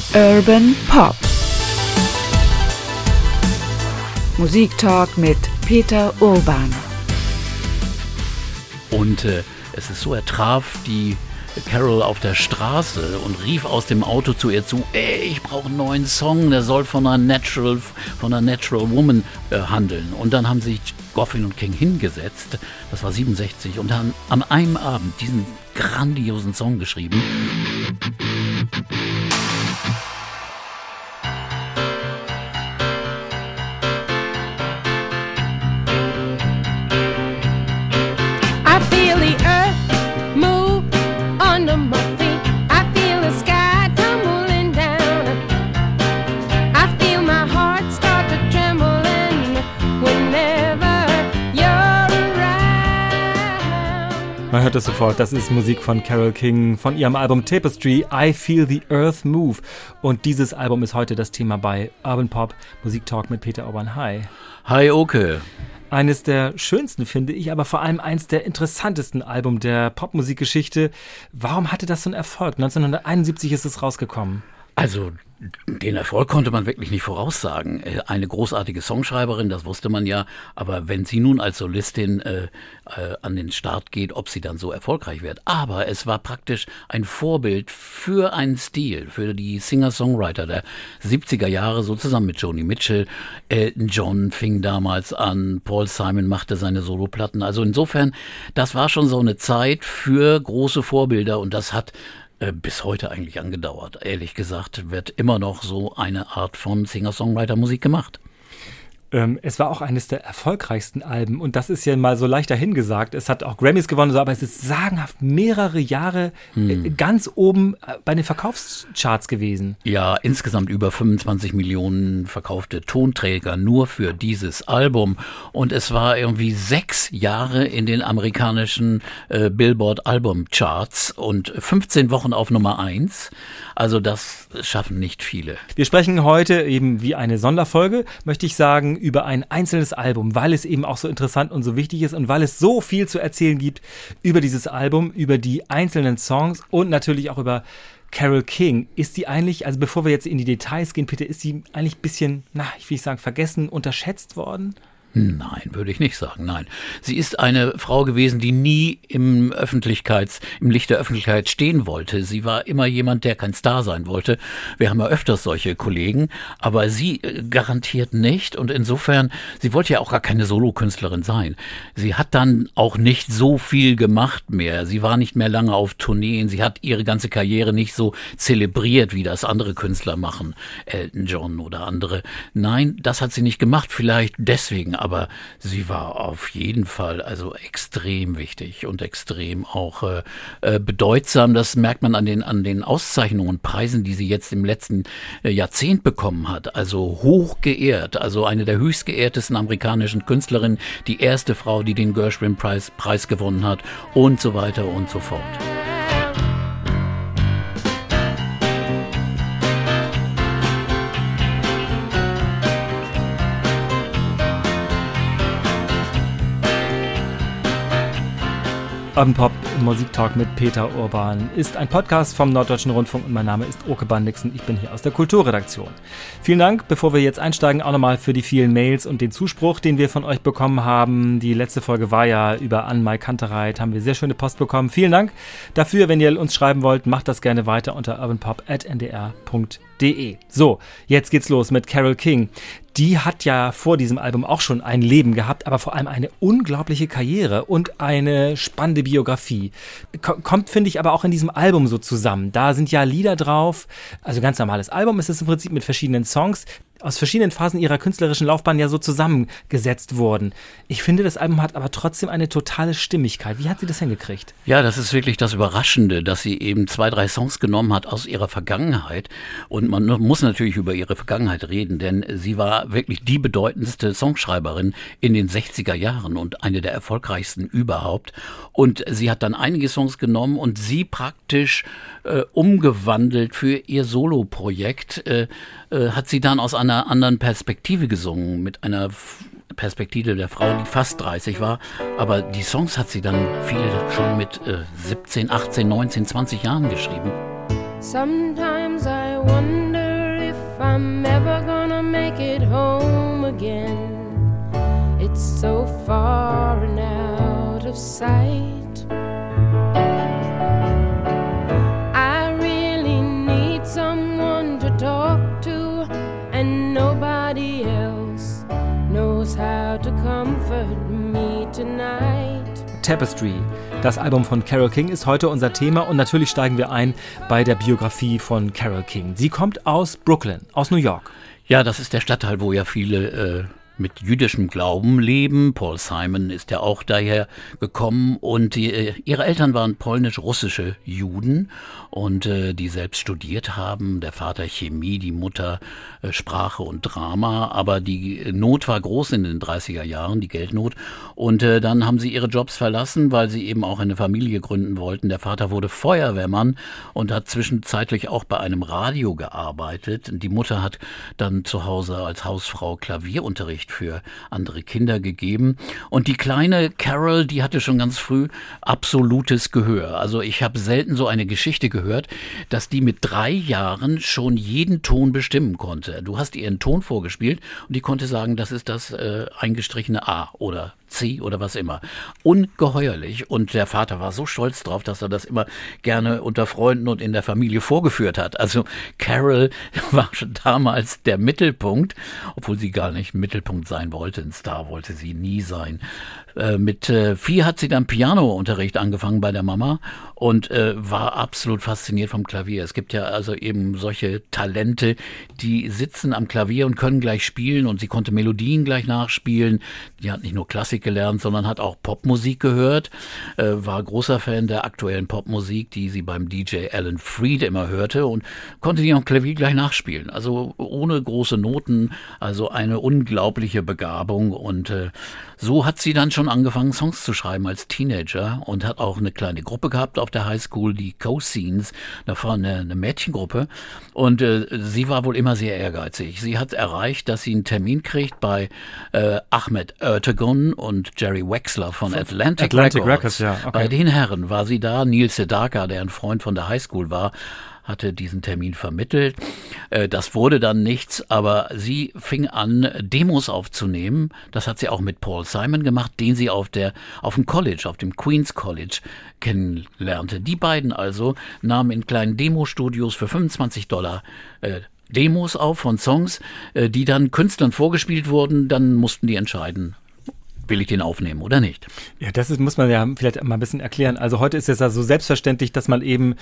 Urban Pop. Musiktalk mit Peter Urban. Und es ist so, er traf die Carol auf der Straße und rief aus dem Auto zu ihr zu: Ey, ich brauche einen neuen Song, der soll von einer Natural Woman handeln. Und dann haben sich Goffin und King hingesetzt, das war 67, und haben an einem Abend diesen grandiosen Song geschrieben. Man hört es sofort, das ist Musik von Carole King von ihrem Album Tapestry, I Feel the Earth Move. Und dieses Album ist heute das Thema bei Urban Pop Musiktalk mit Peter Urban. Hi. Hi, Oke. Eines der schönsten, finde ich, aber vor allem eins der interessantesten Alben der Popmusikgeschichte. Warum hatte das so einen Erfolg? 1971 ist es rausgekommen. Also, den Erfolg konnte man wirklich nicht voraussagen. Eine großartige Songschreiberin, das wusste man ja. Aber wenn sie nun als Solistin an den Start geht, ob sie dann so erfolgreich wird. Aber es war praktisch ein Vorbild für einen Stil, für die Singer-Songwriter der 70er Jahre, so zusammen mit Joni Mitchell. Elton John fing damals an, Paul Simon machte seine Soloplatten. Also insofern, das war schon so eine Zeit für große Vorbilder, und das hat bis heute eigentlich angedauert. Ehrlich gesagt wird immer noch so eine Art von Singer-Songwriter-Musik gemacht. Es war auch eines der erfolgreichsten Alben, und das ist ja mal so leicht dahingesagt. Es hat auch Grammys gewonnen, aber es ist sagenhaft mehrere Jahre ganz oben bei den Verkaufscharts gewesen. Ja, insgesamt über 25 Millionen verkaufte Tonträger nur für dieses Album, und es war irgendwie 6 Jahre in den amerikanischen Billboard Album Charts und 15 Wochen auf Nummer 1. Also das schaffen nicht viele. Wir sprechen heute eben wie eine Sonderfolge, möchte ich sagen, über ein einzelnes Album, weil es eben auch so interessant und so wichtig ist und weil es so viel zu erzählen gibt über dieses Album, über die einzelnen Songs und natürlich auch über Carole King. Ist die eigentlich, also bevor wir jetzt in die Details gehen, Peter, ist die eigentlich ein bisschen, ich will nicht sagen vergessen, unterschätzt worden? Nein, würde ich nicht sagen, nein. Sie ist eine Frau gewesen, die nie im Licht der Öffentlichkeit stehen wollte. Sie war immer jemand, der kein Star sein wollte. Wir haben ja öfters solche Kollegen, aber sie garantiert nicht, und insofern, sie wollte ja auch gar keine Solokünstlerin sein. Sie hat dann auch nicht so viel gemacht mehr. Sie war nicht mehr lange auf Tourneen. Sie hat ihre ganze Karriere nicht so zelebriert, wie das andere Künstler machen, Elton John oder andere. Nein, das hat sie nicht gemacht, vielleicht deswegen. Aber sie war auf jeden Fall also extrem wichtig und extrem auch bedeutsam. Das merkt man an den Auszeichnungen und Preisen, die sie jetzt im letzten Jahrzehnt bekommen hat. Also hoch geehrt, also eine der höchst geehrtesten amerikanischen Künstlerinnen, die erste Frau, die den Gershwin-Preis gewonnen hat und so weiter und so fort. Urban Pop Musiktalk mit Peter Urban ist ein Podcast vom Norddeutschen Rundfunk, und mein Name ist Oke Bandixen. Ich bin hier aus der Kulturredaktion. Vielen Dank, bevor wir jetzt einsteigen, auch nochmal für die vielen Mails und den Zuspruch, den wir von euch bekommen haben. Die letzte Folge war ja über Ann-Mai Kantereit, haben wir sehr schöne Post bekommen. Vielen Dank dafür. Wenn ihr uns schreiben wollt, macht das gerne weiter unter urbanpop@ndr.de. So, jetzt geht's los mit Carole King. Die hat ja vor diesem Album auch schon ein Leben gehabt, aber vor allem eine unglaubliche Karriere und eine spannende Biografie. Kommt, finde ich, aber auch in diesem Album so zusammen. Da sind ja Lieder drauf, also ganz normales Album ist es im Prinzip mit verschiedenen Songs, aus verschiedenen Phasen ihrer künstlerischen Laufbahn ja so zusammengesetzt wurden. Ich finde, das Album hat aber trotzdem eine totale Stimmigkeit. Wie hat sie das hingekriegt? Ja, das ist wirklich das Überraschende, dass sie eben 2, 3 Songs genommen hat aus ihrer Vergangenheit. Und man muss natürlich über ihre Vergangenheit reden, denn sie war wirklich die bedeutendste Songschreiberin in den 60er Jahren und eine der erfolgreichsten überhaupt. Und sie hat dann einige Songs genommen und sie praktisch umgewandelt für ihr Soloprojekt, hat sie dann aus einer anderen Perspektive gesungen, mit einer Perspektive der Frau, die fast 30 war. Aber die Songs hat sie dann viele schon mit 17, 18, 19, 20 Jahren geschrieben. Sometimes I wonder I'm ever gonna make it home again. It's so far and out of sight. I really need someone to talk to, and nobody else knows how to comfort me tonight. Tapestry, das Album von Carole King, ist heute unser Thema und natürlich steigen wir ein bei der Biografie von Carole King. Sie kommt aus Brooklyn, aus New York. Ja, das ist der Stadtteil, wo ja viele mit jüdischem Glauben leben. Paul Simon ist ja auch daher gekommen und ihre Eltern waren polnisch-russische Juden und die selbst studiert haben. Der Vater Chemie, die Mutter Sprache und Drama, aber die Not war groß in den 30er Jahren, die Geldnot, und dann haben sie ihre Jobs verlassen, weil sie eben auch eine Familie gründen wollten. Der Vater wurde Feuerwehrmann und hat zwischenzeitlich auch bei einem Radio gearbeitet. Die Mutter hat dann zu Hause als Hausfrau Klavierunterricht für andere Kinder gegeben. Und die kleine Carole, die hatte schon ganz früh absolutes Gehör. Also ich habe selten so eine Geschichte gehört, dass die mit 3 Jahren schon jeden Ton bestimmen konnte. Du hast ihr einen Ton vorgespielt und die konnte sagen, das ist das eingestrichene A oder C oder was immer. Ungeheuerlich. Und der Vater war so stolz drauf, dass er das immer gerne unter Freunden und in der Familie vorgeführt hat. Also Carole war schon damals der Mittelpunkt, obwohl sie gar nicht Mittelpunkt sein wollte. Ein Star wollte sie nie sein. Mit 4 hat sie dann Pianounterricht angefangen bei der Mama und war absolut fasziniert vom Klavier. Es gibt ja also eben solche Talente, die sitzen am Klavier und können gleich spielen, und sie konnte Melodien gleich nachspielen. Die hat nicht nur Klassik gelernt, sondern hat auch Popmusik gehört, war großer Fan der aktuellen Popmusik, die sie beim DJ Alan Freed immer hörte, und konnte die am Klavier gleich nachspielen. Also ohne große Noten, also eine unglaubliche Begabung, und so hat sie dann schon angefangen, Songs zu schreiben als Teenager und hat auch eine kleine Gruppe gehabt auf der Highschool, die Co-Scenes, da war eine Mädchengruppe, und sie war wohl immer sehr ehrgeizig. Sie hat erreicht, dass sie einen Termin kriegt bei Ahmet Ertegun und Jerry Wexler von Atlantic Records. Ja, okay. Bei den Herren war sie da. Neil Sedaka, der ein Freund von der Highschool war, hatte diesen Termin vermittelt. Das wurde dann nichts, aber sie fing an, Demos aufzunehmen. Das hat sie auch mit Paul Simon gemacht, den sie auf dem College, auf dem Queen's College kennenlernte. Die beiden also nahmen in kleinen Demostudios für $25 Demos auf von Songs, die dann Künstlern vorgespielt wurden. Dann mussten die entscheiden, will ich den aufnehmen oder nicht? Ja, muss man ja vielleicht mal ein bisschen erklären. Also heute ist es ja so selbstverständlich, dass man eben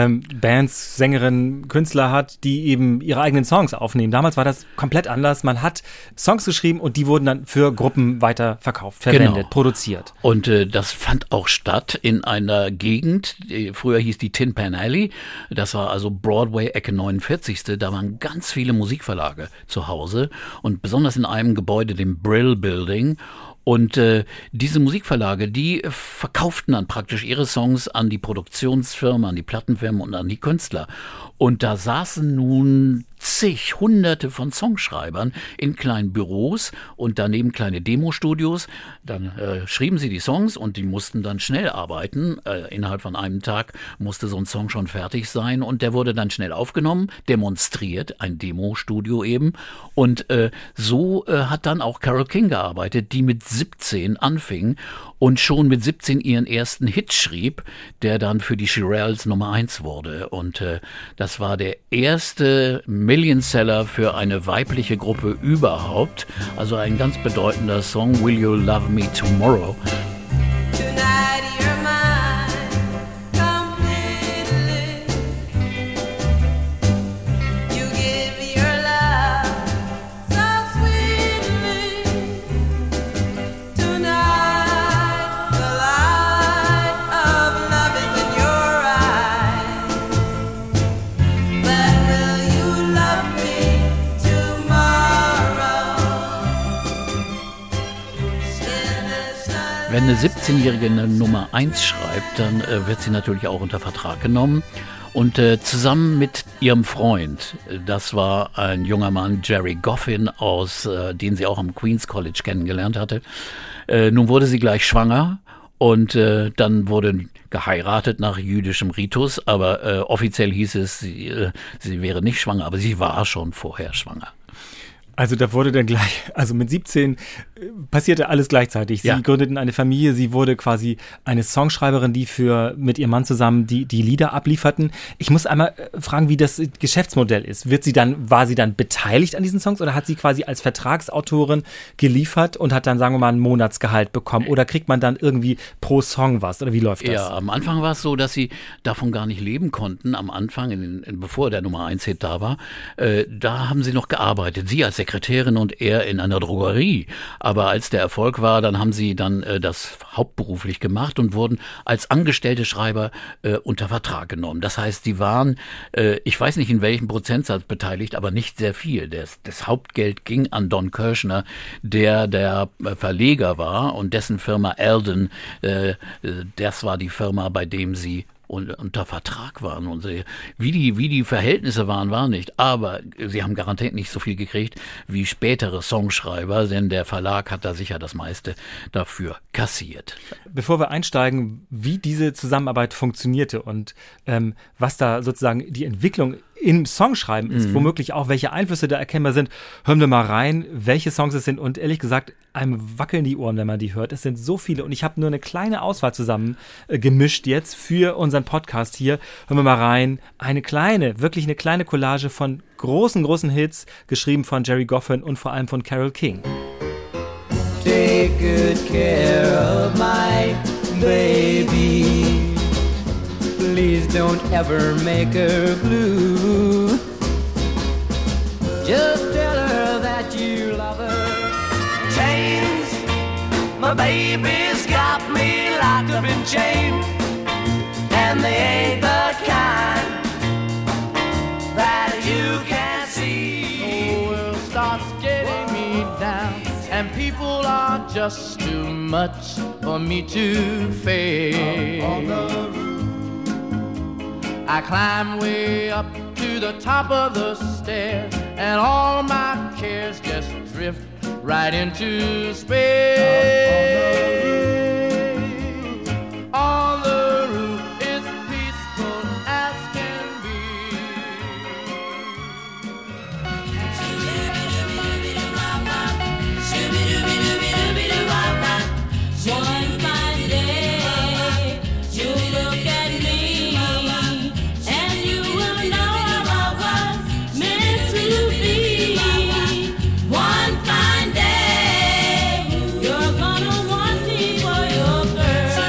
Bands, Sängerinnen, Künstler hat, die eben ihre eigenen Songs aufnehmen. Damals war das komplett anders. Man hat Songs geschrieben und die wurden dann für Gruppen weiter verkauft, verwendet, produziert. Und das fand auch statt in einer Gegend, früher hieß die Tin Pan Alley. Das war also Broadway, Ecke 49. Da waren ganz viele Musikverlage zu Hause und besonders in einem Gebäude, dem Brill Building. Und diese Musikverlage, die verkauften dann praktisch ihre Songs an die Produktionsfirmen, an die Plattenfirmen und an die Künstler. Und da saßen nun Hunderte von Songschreibern in kleinen Büros und daneben kleine Demostudios. Dann schrieben sie die Songs und die mussten dann schnell arbeiten. Innerhalb von einem Tag musste so ein Song schon fertig sein und der wurde dann schnell aufgenommen, demonstriert, ein Demostudio eben. Und so hat dann auch Carole King gearbeitet, die mit 17 anfing und schon mit 17 ihren ersten Hit schrieb, der dann für die Shirelles Nummer 1 wurde. Und das war der erste Millionseller für eine weibliche Gruppe überhaupt. Also ein ganz bedeutender Song, Will You Love Me Tomorrow? Wenn eine 17-Jährige eine Nummer 1 schreibt, dann wird sie natürlich auch unter Vertrag genommen. Und zusammen mit ihrem Freund, das war ein junger Mann, Jerry Goffin, den sie auch am Queen's College kennengelernt hatte. Nun wurde sie gleich schwanger Und dann wurde geheiratet nach jüdischem Ritus, aber offiziell hieß es, sie wäre nicht schwanger, aber sie war schon vorher schwanger. Also da wurde dann gleich, also mit 17 passierte alles gleichzeitig. Sie gründeten eine Familie, sie wurde quasi eine Songschreiberin, die mit ihrem Mann zusammen die Lieder ablieferten. Ich muss einmal fragen, wie das Geschäftsmodell ist. War sie dann beteiligt an diesen Songs oder hat sie quasi als Vertragsautorin geliefert und hat dann, sagen wir mal, ein Monatsgehalt bekommen? Oder kriegt man dann irgendwie pro Song was? Oder wie läuft das? Ja, am Anfang war es so, dass sie davon gar nicht leben konnten. Am Anfang, bevor der Nummer 1-Hit da war, da haben sie noch gearbeitet. Sie als Sekretärin und er in einer Drogerie. Aber als der Erfolg war, dann haben sie das hauptberuflich gemacht und wurden als angestellte Schreiber unter Vertrag genommen. Das heißt, sie waren, ich weiß nicht in welchem Prozentsatz beteiligt, aber nicht sehr viel. Das Hauptgeld ging an Don Kirshner, der Verleger war und dessen Firma Alden, das war die Firma, bei dem sie unter Vertrag waren. Und wie die Verhältnisse waren nicht. Aber sie haben garantiert nicht so viel gekriegt wie spätere Songschreiber, denn der Verlag hat da sicher das meiste dafür kassiert. Bevor wir einsteigen, wie diese Zusammenarbeit funktionierte und was da sozusagen die Entwicklung im Songschreiben ist, womöglich auch, welche Einflüsse da erkennbar sind, hören wir mal rein, welche Songs es sind. Und ehrlich gesagt, einem wackeln die Ohren, wenn man die hört. Es sind so viele und ich habe nur eine kleine Auswahl zusammen gemischt jetzt für unseren Podcast hier. Hören wir mal rein. Wirklich eine kleine Collage von großen Hits, geschrieben von Jerry Goffin und vor allem von Carole King. Take good care of my baby. Please don't ever make her blue. Just tell her that you love her. Chains, my baby's got me locked up in chains, and they ain't the kind that you can see. The world starts getting me down, and people are just too much for me to face. I climb way up to the top of the stairs, and all my cares just drift right into space. On the roof is peaceful as can be. One fine day, you look at me, and you will know I was meant to be. One fine day, you're gonna want me for your girl.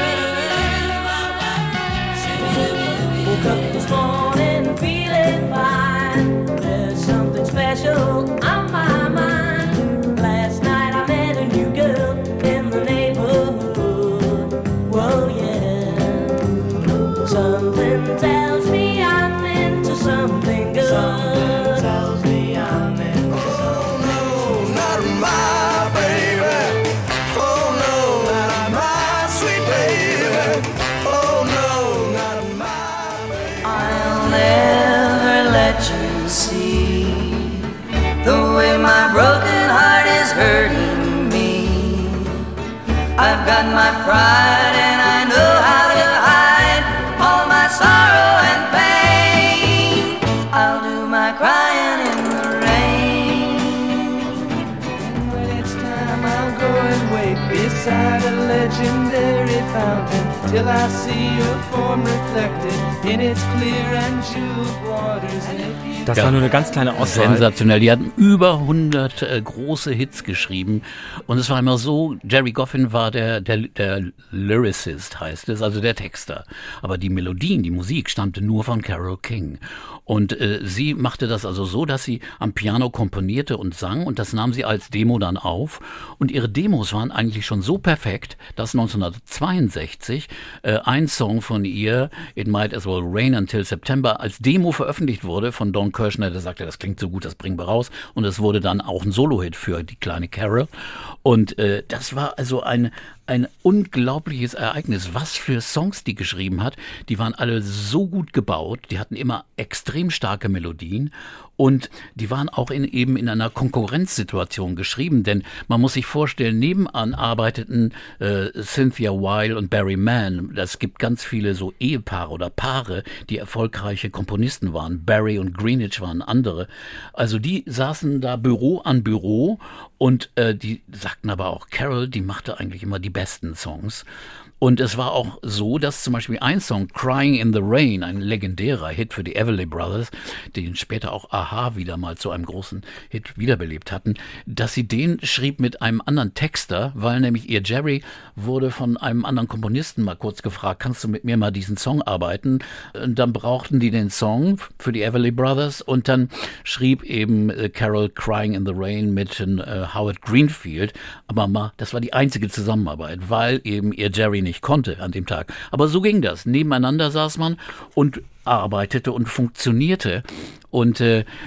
Woke up this morning feeling fine. There's something special on my mind. Last night I met a new girl in the neighborhood. Whoa, yeah. Something tells me I'm into something good. Something tells me I'm into something good. Oh, no, not my baby. Oh, no, not my sweet baby. Oh, no, not my baby. I'll never let you see the way my broken heart is hurting me. I've got my pride and I know how to hide all my sorrow and pain. I'll do my crying in the rain. When it's time I'll go and wait beside a legendary fountain till I see your form reflected in its clear and jeweled waters. And if you Das war nur eine ganz kleine Auswahl. Sensationell. Die hatten über 100 große Hits geschrieben. Und es war immer so, Jerry Goffin war der Lyricist, heißt es, also der Texter. Aber die Melodien, die Musik stammte nur von Carole King. Und sie machte das also so, dass sie am Piano komponierte und sang. Und das nahm sie als Demo dann auf. Und ihre Demos waren eigentlich schon so perfekt, dass 1962 ein Song von ihr, It Might As Well Rain Until September, als Demo veröffentlicht wurde von Don Kirshner, der sagte, das klingt so gut, das bringen wir raus. Und es wurde dann auch ein Solo-Hit für die kleine Carole. Und das war also ein unglaubliches Ereignis. Was für Songs die geschrieben hat. Die waren alle so gut gebaut. Die hatten immer extrem starke Melodien. Und die waren auch eben in einer Konkurrenzsituation geschrieben, denn man muss sich vorstellen, nebenan arbeiteten Cynthia Weil und Barry Mann. Es gibt ganz viele so Ehepaare oder Paare, die erfolgreiche Komponisten waren. Barry und Greenidge waren andere. Also die saßen da Büro an Büro und die sagten aber auch, Carol, die machte eigentlich immer die besten Songs. Und es war auch so, dass zum Beispiel ein Song, Crying in the Rain, ein legendärer Hit für die Everly Brothers, den später auch Aha wieder mal zu einem großen Hit wiederbelebt hatten, dass sie den schrieb mit einem anderen Texter, weil nämlich ihr Jerry wurde von einem anderen Komponisten mal kurz gefragt, kannst du mit mir mal diesen Song arbeiten? Und dann brauchten die den Song für die Everly Brothers und dann schrieb eben Carol Crying in the Rain mit Howard Greenfield, aber das war die einzige Zusammenarbeit, weil eben ihr Jerry nicht konnte an dem Tag. Aber so ging das. Nebeneinander saß man und arbeitete und funktionierte. Und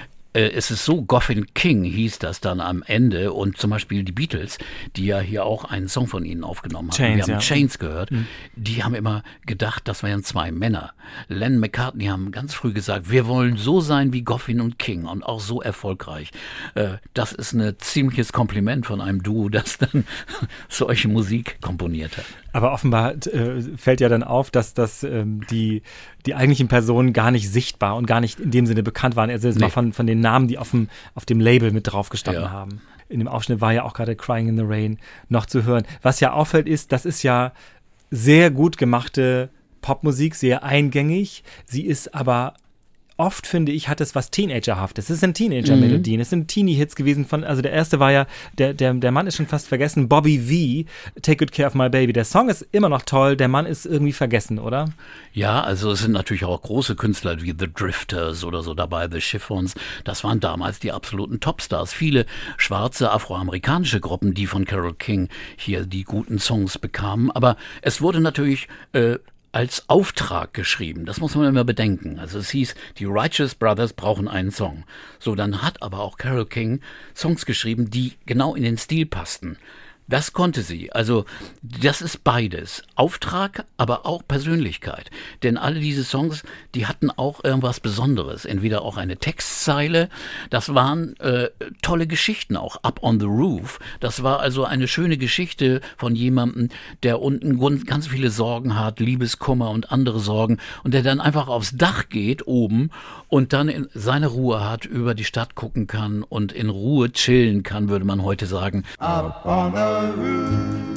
es ist so, Goffin King hieß das dann am Ende und zum Beispiel die Beatles, die ja hier auch einen Song von ihnen aufgenommen haben. Chains, wir haben Chains gehört. Die haben immer gedacht, das wären zwei Männer. Lennon, McCartney haben ganz früh gesagt, wir wollen so sein wie Goffin und King und auch so erfolgreich. Das ist ein ziemliches Kompliment von einem Duo, das dann solche Musik komponiert hat. Aber offenbar fällt ja dann auf, dass die eigentlichen Personen gar nicht sichtbar und gar nicht in dem Sinne bekannt waren. Also mal von den Namen, die auf dem Label mit drauf gestanden haben. In dem Aufschnitt war ja auch gerade Crying in the Rain noch zu hören. Was ja auffällt ist, das ist ja sehr gut gemachte Popmusik, sehr eingängig. Sie ist aber oft, finde ich, hat es was Teenagerhaftes. Es sind Teenager-Melodien, es sind Teenie-Hits gewesen also der erste war ja, der Mann ist schon fast vergessen, Bobby V, Take Good Care of My Baby. Der Song ist immer noch toll, der Mann ist irgendwie vergessen, oder? Ja, also es sind natürlich auch große Künstler wie The Drifters oder so dabei, The Chiffons. Das waren damals die absoluten Topstars. Viele schwarze afroamerikanische Gruppen, die von Carole King hier die guten Songs bekamen. Aber es wurde natürlich als Auftrag geschrieben. Das muss man immer bedenken. Also es hieß, die Righteous Brothers brauchen einen Song. So, dann hat aber auch Carole King Songs geschrieben, die genau in den Stil passten. Das konnte sie. Also das ist beides. Auftrag, aber auch Persönlichkeit. Denn alle diese Songs, die hatten auch irgendwas Besonderes. Entweder auch eine Textzeile. Das waren tolle Geschichten auch. Up on the Roof. Das war also eine schöne Geschichte von jemandem, der unten ganz viele Sorgen hat, Liebeskummer und andere Sorgen. Und der dann einfach aufs Dach geht oben und dann seine Ruhe hat, über die Stadt gucken kann und in Ruhe chillen kann, würde man heute sagen. Up on the roof,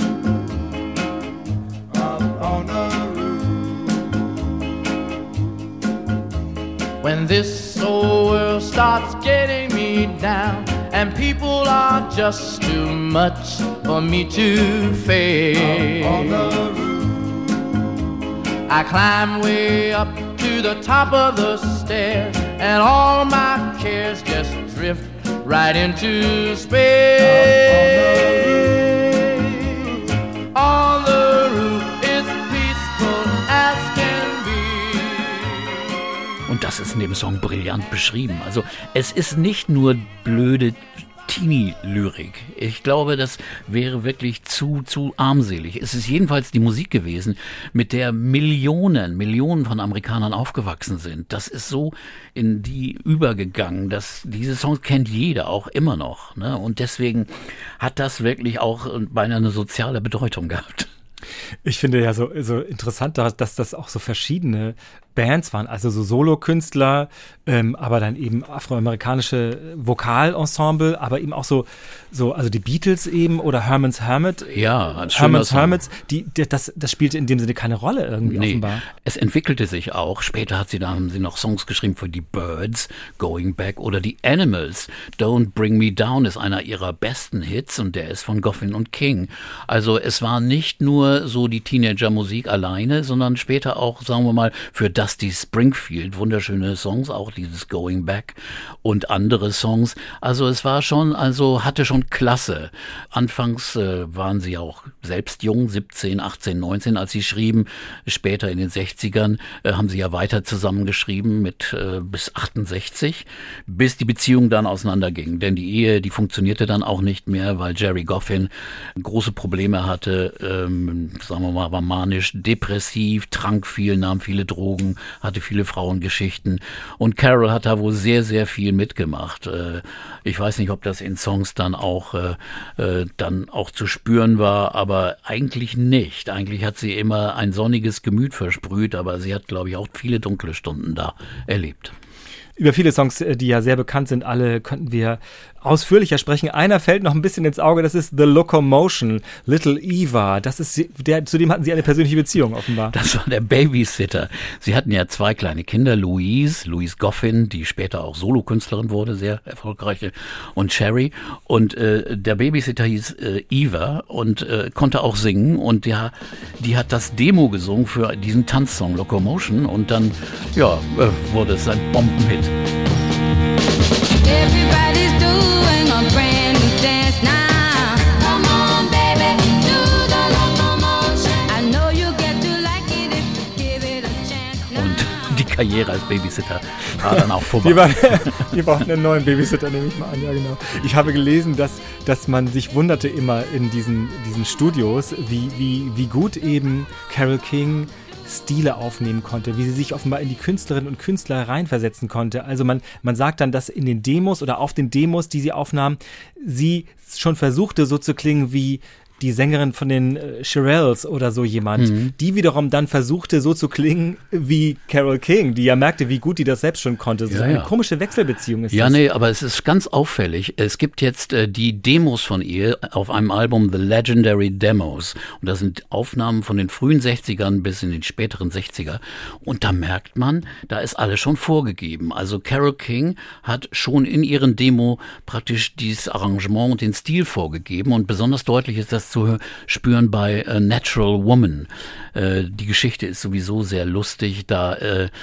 up on the roof. When this old world starts getting me down and people are just too much for me to face, up on the roof, I climb way up to the top of the stairs and all my cares just drift right into space. On the roof it's peaceful as can be. Und das ist in dem Song brillant beschrieben. Also es ist nicht nur blöde Teenie-Lyrik. Ich glaube, das wäre wirklich zu armselig. Es ist jedenfalls die Musik gewesen, mit der Millionen von Amerikanern aufgewachsen sind. Das ist so in die übergegangen, dass diese Songs kennt jeder auch immer noch. Ne? Und deswegen hat das wirklich auch beinahe eine soziale Bedeutung gehabt. Ich finde ja so interessant, dass das auch so verschiedene Bands waren, also so Solokünstler, aber dann eben afroamerikanische Vokalensemble, aber eben auch so also die Beatles eben oder Herman's Hermit. Ja, Herman's Hermits, das spielte in dem Sinne keine Rolle irgendwie offenbar. Es entwickelte sich auch. Später haben sie noch Songs geschrieben für die Byrds, Going Back oder die Animals. Don't Bring Me Down ist einer ihrer besten Hits und der ist von Goffin und King. Also es war nicht nur so die Teenager-Musik alleine, sondern später auch, sagen wir mal, für Dusty Springfield, wunderschöne Songs, auch dieses Going Back und andere Songs. Also es war schon, hatte schon Klasse. Anfangs waren sie auch selbst jung, 17, 18, 19, als sie schrieben. Später in den 60ern haben sie ja weiter zusammengeschrieben mit bis 68, bis die Beziehung dann auseinanderging. Denn die Ehe, die funktionierte dann auch nicht mehr, weil Gerry Goffin große Probleme hatte, sagen wir mal, war manisch, depressiv, trank viel, nahm viele Drogen, hatte viele Frauengeschichten. Und Carol hat da wohl sehr, sehr viel mitgemacht. Ich weiß nicht, ob das in Songs dann auch zu spüren war, aber eigentlich nicht. Eigentlich hat sie immer ein sonniges Gemüt versprüht, aber sie hat, glaube ich, auch viele dunkle Stunden da erlebt. Über viele Songs, die ja sehr bekannt sind, alle könnten wir ausführlicher sprechen. Einer fällt noch ein bisschen ins Auge, das ist The Locomotion, Little Eva. Das ist zu dem hatten Sie eine persönliche Beziehung offenbar. Das war der Babysitter. Sie hatten ja 2 kleine Kinder, Louise Goffin, die später auch Solokünstlerin wurde, sehr erfolgreiche, und Sherry. Und der Babysitter hieß Eva und konnte auch singen. Und die hat das Demo gesungen für diesen Tanzsong Locomotion. Und dann wurde es ein Bombenhit. Everybody's doing a brand new dance now. Come on, baby, do the locomotion. I know you get to like it if you give it a chance. Und die Karriere als Babysitter war dann auch vorbei. Wir brauchten einen neuen Babysitter, nehme ich mal an. Ja, genau. Ich habe gelesen, dass man sich wunderte immer in diesen Studios, wie gut eben Carole King Stile aufnehmen konnte, wie sie sich offenbar in die Künstlerinnen und Künstler reinversetzen konnte. Also man sagt dann, dass in den Demos oder auf den Demos, die sie aufnahm, sie schon versuchte, so zu klingen wie die Sängerin von den Shirelles oder so jemand, die wiederum dann versuchte, so zu klingen wie Carole King, die ja merkte, wie gut die das selbst schon konnte. So eine komische Wechselbeziehung ist das. Ja, nee, aber es ist ganz auffällig. Es gibt jetzt die Demos von ihr auf einem Album The Legendary Demos. Und das sind Aufnahmen von den frühen 60ern bis in den späteren 60er. Und da merkt man, da ist alles schon vorgegeben. Also Carole King hat schon in ihren Demo praktisch dieses Arrangement und den Stil vorgegeben. Und besonders deutlich ist das zu spüren bei Natural Woman. Die Geschichte ist sowieso sehr lustig. Da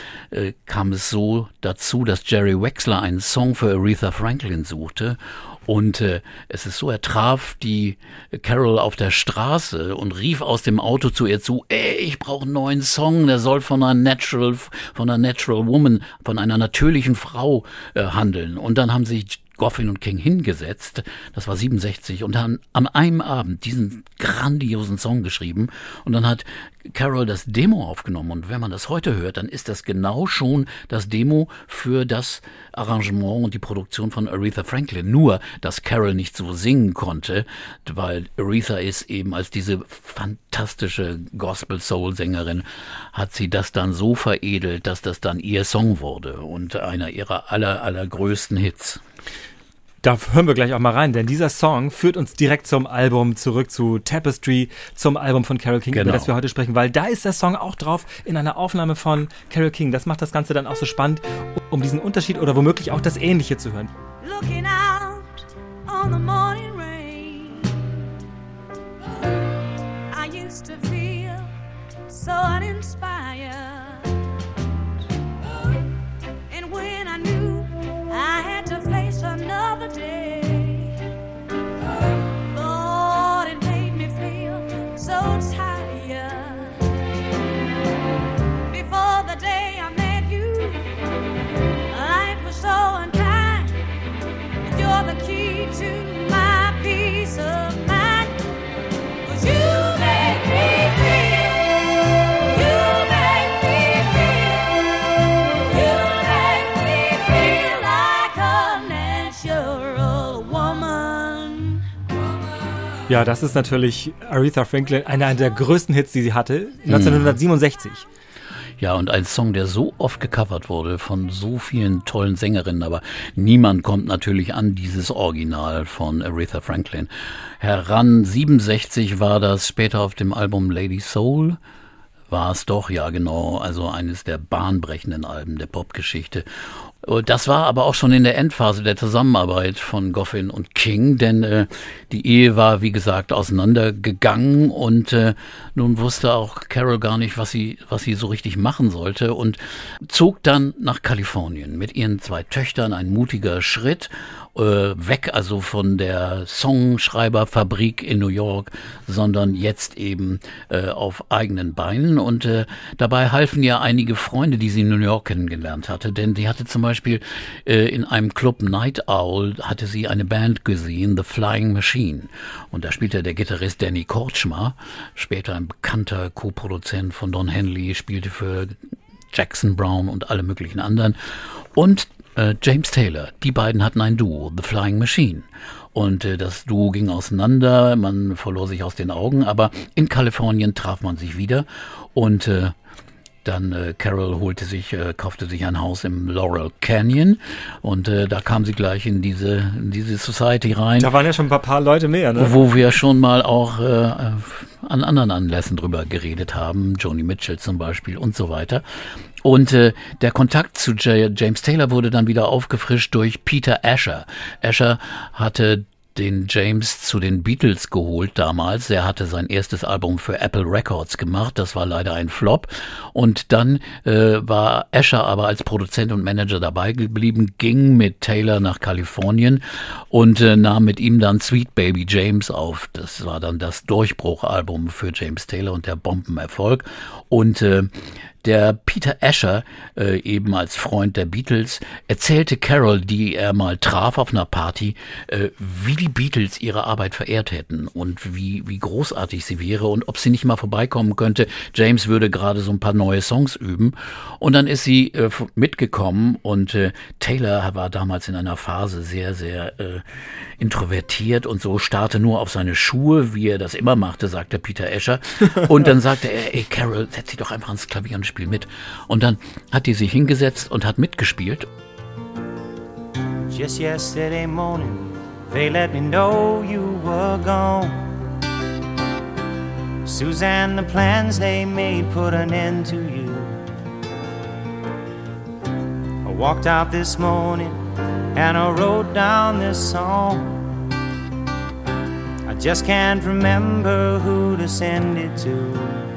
kam es so dazu, dass Jerry Wexler einen Song für Aretha Franklin suchte. Und es ist so, er traf die Carol auf der Straße und rief aus dem Auto zu ihr zu, ich brauche einen neuen Song, der soll von einer Natural Woman, von einer natürlichen Frau handeln. Und dann haben sich Goffin und King hingesetzt, das war 67, und haben an einem Abend diesen grandiosen Song geschrieben. Und dann hat Carol das Demo aufgenommen. Und wenn man das heute hört, dann ist das genau schon das Demo für das Arrangement und die Produktion von Aretha Franklin. Nur, dass Carol nicht so singen konnte, weil Aretha ist eben als diese fantastische Gospel-Soul-Sängerin, hat sie das dann so veredelt, dass das dann ihr Song wurde und einer ihrer allergrößten Hits. Da hören wir gleich auch mal rein, denn dieser Song führt uns direkt zum Album zurück, zu Tapestry, zum Album von Carole King, über das wir heute sprechen, weil da ist der Song auch drauf in einer Aufnahme von Carole King. Das macht das Ganze dann auch so spannend, um diesen Unterschied oder womöglich auch das Ähnliche zu hören. Looking out on the morning rain, I used to feel so uninspired, and when I knew I had to face another day, Lord, it made me feel so tired. Before the day I met you, life was so unkind, and you're the key to my peace of mind. 'Cause you make me feel, you make me feel, you make me feel like a natural woman. Ja, das ist natürlich Aretha Franklin, einer der größten Hits, die sie hatte, 1967. Ja, und ein Song, der so oft gecovert wurde von so vielen tollen Sängerinnen, aber niemand kommt natürlich an dieses Original von Aretha Franklin heran. 67 war das, später auf dem Album Lady Soul war es doch, ja genau, also eines der bahnbrechenden Alben der Popgeschichte. Das war aber auch schon in der Endphase der Zusammenarbeit von Goffin und King, denn die Ehe war, wie gesagt, auseinandergegangen und nun wusste auch Carol gar nicht, was sie so richtig machen sollte und zog dann nach Kalifornien mit ihren 2 Töchtern, ein mutiger Schritt, weg also von der Songschreiberfabrik in New York, sondern jetzt eben auf eigenen Beinen und dabei halfen ja einige Freunde, die sie in New York kennengelernt hatte, denn sie hatte zum Beispiel in einem Club Night Owl hatte sie eine Band gesehen, The Flying Machine, und da spielte der Gitarrist Danny Kortchmar, später ein bekannter Co-Produzent von Don Henley, spielte für Jackson Browne und alle möglichen anderen, und James Taylor, die beiden hatten ein Duo, The Flying Machine. Und das Duo ging auseinander, man verlor sich aus den Augen, aber in Kalifornien traf man sich wieder und dann Carol kaufte sich ein Haus im Laurel Canyon und da kam sie gleich in diese Society rein. Da waren ja schon ein paar Leute mehr, ne? Wo wir schon mal auch an anderen Anlässen drüber geredet haben, Joni Mitchell zum Beispiel und so weiter. Und der Kontakt zu James Taylor wurde dann wieder aufgefrischt durch Peter Asher. Asher hatte den James zu den Beatles geholt damals. Er hatte sein erstes Album für Apple Records gemacht. Das war leider ein Flop. Und dann war Asher aber als Produzent und Manager dabei geblieben, ging mit Taylor nach Kalifornien und nahm mit ihm dann Sweet Baby James auf. Das war dann das Durchbruchalbum für James Taylor und der Bombenerfolg. Und der Peter Asher, eben als Freund der Beatles, erzählte Carol, die er mal traf auf einer Party, wie die Beatles ihre Arbeit verehrt hätten und wie großartig sie wäre und ob sie nicht mal vorbeikommen könnte. James würde gerade so ein paar neue Songs üben. Und dann ist sie mitgekommen und Taylor war damals in einer Phase sehr, sehr introvertiert und so, starrte nur auf seine Schuhe, wie er das immer machte, sagte Peter Asher. Und dann sagte er, ey Carol, setz dich doch einfach ans Klavier und spiel mit. Und dann hat die sich hingesetzt und hat mitgespielt. Just yesterday morning, they let me know you were gone. Suzanne, the plans they made put an end to you. I walked out this morning and I wrote down this song. I just can't remember who to send it to.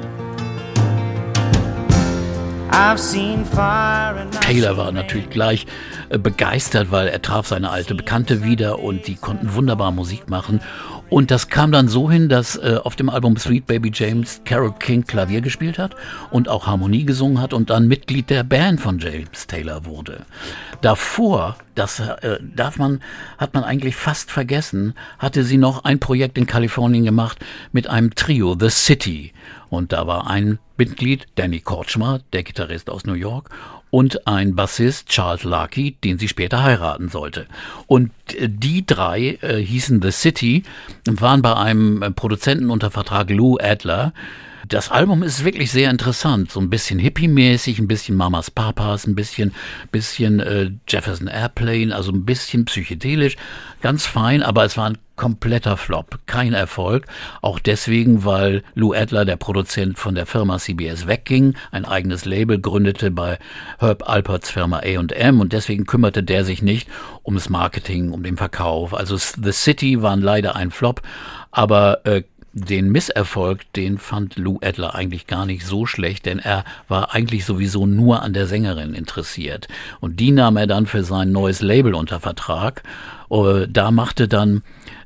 Taylor war natürlich gleich begeistert, weil er traf seine alte Bekannte wieder und die konnten wunderbar Musik machen. Und das kam dann so hin, dass auf dem Album Sweet Baby James Carole King Klavier gespielt hat und auch Harmonie gesungen hat und dann Mitglied der Band von James Taylor wurde. Davor, das hat man eigentlich fast vergessen, hatte sie noch ein Projekt in Kalifornien gemacht mit einem Trio, The City. Und da war ein Mitglied, Danny Kortchmar, der Gitarrist aus New York, und ein Bassist, Charles Larkey, den sie später heiraten sollte. Und die drei hießen The City und waren bei einem Produzenten unter Vertrag, Lou Adler. Das Album ist wirklich sehr interessant, so ein bisschen hippie-mäßig, ein bisschen Mamas Papas, ein bisschen Jefferson Airplane, also ein bisschen psychedelisch, ganz fein, aber es war ein kompletter Flop, kein Erfolg. Auch deswegen, weil Lou Adler, der Produzent von der Firma CBS, wegging, ein eigenes Label gründete bei Herb Alperts Firma A&M und deswegen kümmerte der sich nicht ums Marketing, um den Verkauf. Also The City waren leider ein Flop, aber den Misserfolg, den fand Lou Adler eigentlich gar nicht so schlecht, denn er war eigentlich sowieso nur an der Sängerin interessiert. Und die nahm er dann für sein neues Label unter Vertrag. Da machte dann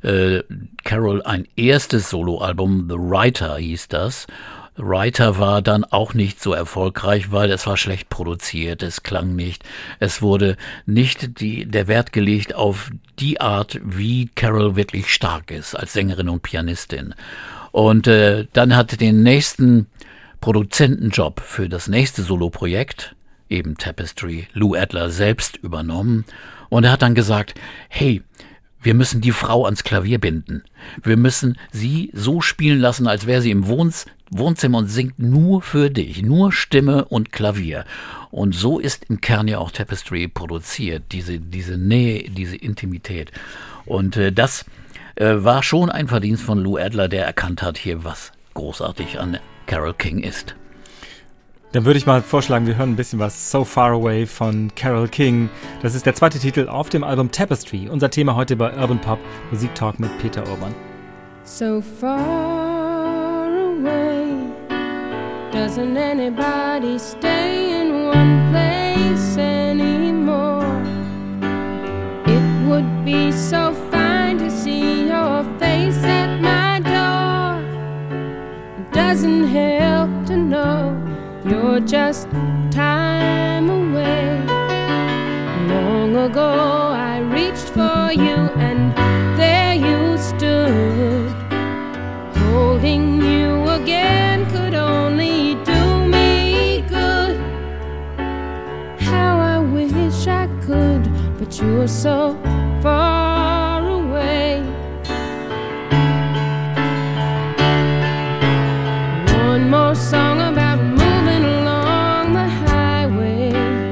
Carol ein erstes Soloalbum, The Writer hieß das. Writer war dann auch nicht so erfolgreich, weil es war schlecht produziert, es klang nicht, es wurde nicht der Wert gelegt auf die Art, wie Carol wirklich stark ist als Sängerin und Pianistin. Und dann hat den nächsten Produzentenjob für das nächste Soloprojekt, eben Tapestry, Lou Adler selbst übernommen und er hat dann gesagt, hey, wir müssen die Frau ans Klavier binden. Wir müssen sie so spielen lassen, als wäre sie im Wohnzimmer und singt nur für dich, nur Stimme und Klavier. Und so ist im Kern ja auch Tapestry produziert, diese Nähe, diese Intimität. Und das war schon ein Verdienst von Lou Adler, der erkannt hat hier, was großartig an Carole King ist. Dann würde ich mal vorschlagen, wir hören ein bisschen was So Far Away von Carole King. Das ist der zweite Titel auf dem Album Tapestry. Unser Thema heute bei Urban Pop, Musiktalk mit Peter Urban. So far away, doesn't anybody stay in one place anymore? It would be so fine to see your face at my door. It doesn't help to know you're just time away. Long ago I reached for you and there you stood. Holding you again could only do me good. How I wish I could, but you're so far away. One more song about moving along the highway.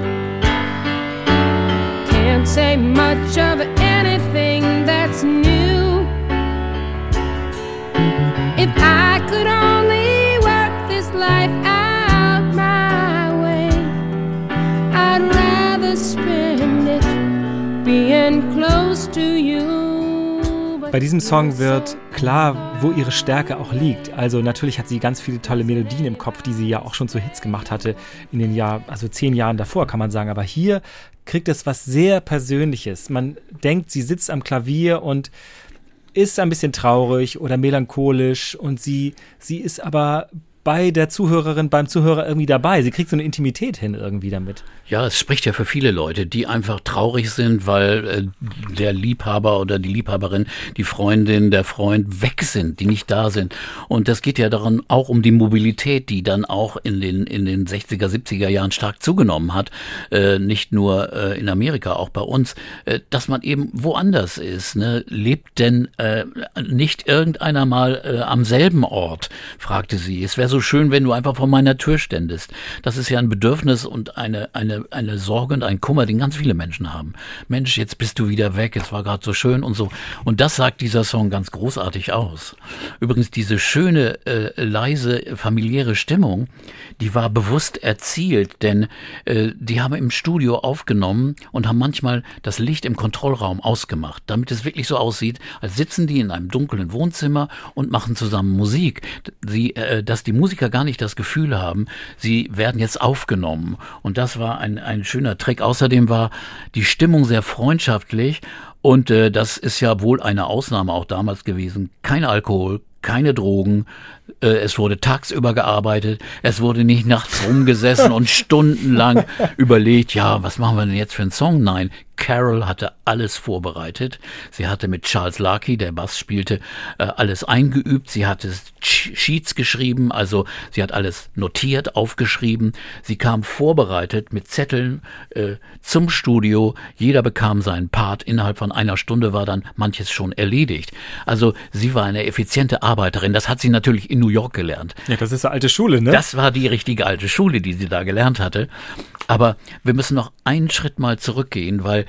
Can't say much of anything that's new. If I could only work this life out my way, I'd rather spend it being close to you. Bei diesem Song wird klar, wo ihre Stärke auch liegt. Also natürlich hat sie ganz viele tolle Melodien im Kopf, die sie ja auch schon zu Hits gemacht hatte in den 10 Jahren davor, kann man sagen. Aber hier kriegt es was sehr Persönliches. Man denkt, sie sitzt am Klavier und ist ein bisschen traurig oder melancholisch und sie ist aber bei der Zuhörerin, beim Zuhörer irgendwie dabei. Sie kriegt so eine Intimität hin irgendwie damit. Ja, es spricht ja für viele Leute, die einfach traurig sind, weil der Liebhaber oder die Liebhaberin, die Freundin, der Freund weg sind, die nicht da sind. Und das geht ja daran auch um die Mobilität, die dann auch in den 60er, 70er Jahren stark zugenommen hat. Nicht nur in Amerika, auch bei uns, dass man eben woanders ist. Ne? Lebt denn nicht irgendeiner mal am selben Ort, fragte sie. Es wäre so schön, wenn du einfach vor meiner Tür ständest. Das ist ja ein Bedürfnis und eine Sorge und ein Kummer, den ganz viele Menschen haben. Mensch, jetzt bist du wieder weg, es war gerade so schön und so. Und das sagt dieser Song ganz großartig aus. Übrigens, diese schöne, leise, familiäre Stimmung, die war bewusst erzielt, denn die haben im Studio aufgenommen und haben manchmal das Licht im Kontrollraum ausgemacht, damit es wirklich so aussieht, als sitzen die in einem dunklen Wohnzimmer und machen zusammen Musik. Dass die Musiker gar nicht das Gefühl haben, sie werden jetzt aufgenommen. Und das war ein schöner Trick. Außerdem war die Stimmung sehr freundschaftlich und das ist ja wohl eine Ausnahme auch damals gewesen. Kein Alkohol, keine Drogen. Es wurde tagsüber gearbeitet, es wurde nicht nachts rumgesessen und stundenlang überlegt, ja, was machen wir denn jetzt für einen Song? Nein, Carole hatte alles vorbereitet. Sie hatte mit Charles Larkey, der Bass spielte, alles eingeübt. Sie hatte Sheets geschrieben, also sie hat alles notiert, aufgeschrieben. Sie kam vorbereitet mit Zetteln zum Studio. Jeder bekam seinen Part. Innerhalb von einer Stunde war dann manches schon erledigt. Also sie war eine effiziente Arbeiterin. Das hat sie natürlich in New York gelernt. Ja, das ist eine alte Schule, ne? Das war die richtige alte Schule, die sie da gelernt hatte. Aber wir müssen noch einen Schritt mal zurückgehen, weil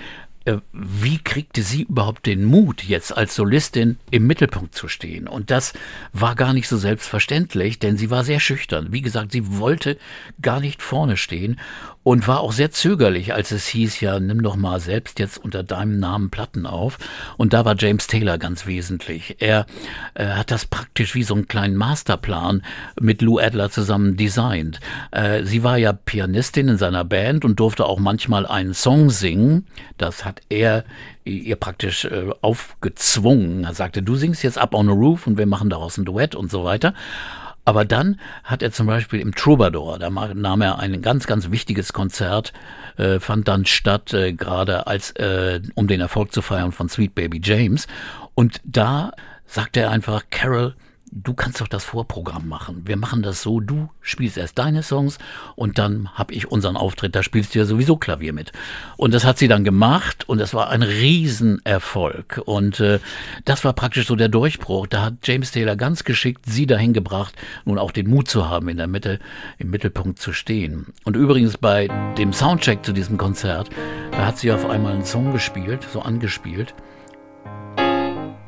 wie kriegte sie überhaupt den Mut, jetzt als Solistin im Mittelpunkt zu stehen? Und das war gar nicht so selbstverständlich, denn sie war sehr schüchtern. Wie gesagt, sie wollte gar nicht vorne stehen und war auch sehr zögerlich, als es hieß, ja, nimm doch mal selbst jetzt unter deinem Namen Platten auf. Und da war James Taylor ganz wesentlich. Er hat das praktisch wie so einen kleinen Masterplan mit Lou Adler zusammen designt. Sie war ja Pianistin in seiner Band und durfte auch manchmal einen Song singen. Das hat er ihr praktisch aufgezwungen. Er sagte, du singst jetzt Up on the Roof und wir machen daraus ein Duett und so weiter. Aber dann hat er zum Beispiel im Troubadour, da nahm er ein ganz, ganz wichtiges Konzert, fand dann statt, gerade als um den Erfolg zu feiern von Sweet Baby James. Und da sagte er einfach, Carole, du kannst doch das Vorprogramm machen. Wir machen das so, du spielst erst deine Songs und dann habe ich unseren Auftritt, da spielst du ja sowieso Klavier mit. Und das hat sie dann gemacht und das war ein Riesenerfolg. Und das war praktisch so der Durchbruch. Da hat James Taylor ganz geschickt sie dahin gebracht, nun auch den Mut zu haben, in der Mitte, im Mittelpunkt zu stehen. Und übrigens bei dem Soundcheck zu diesem Konzert, da hat sie auf einmal einen Song gespielt, so angespielt.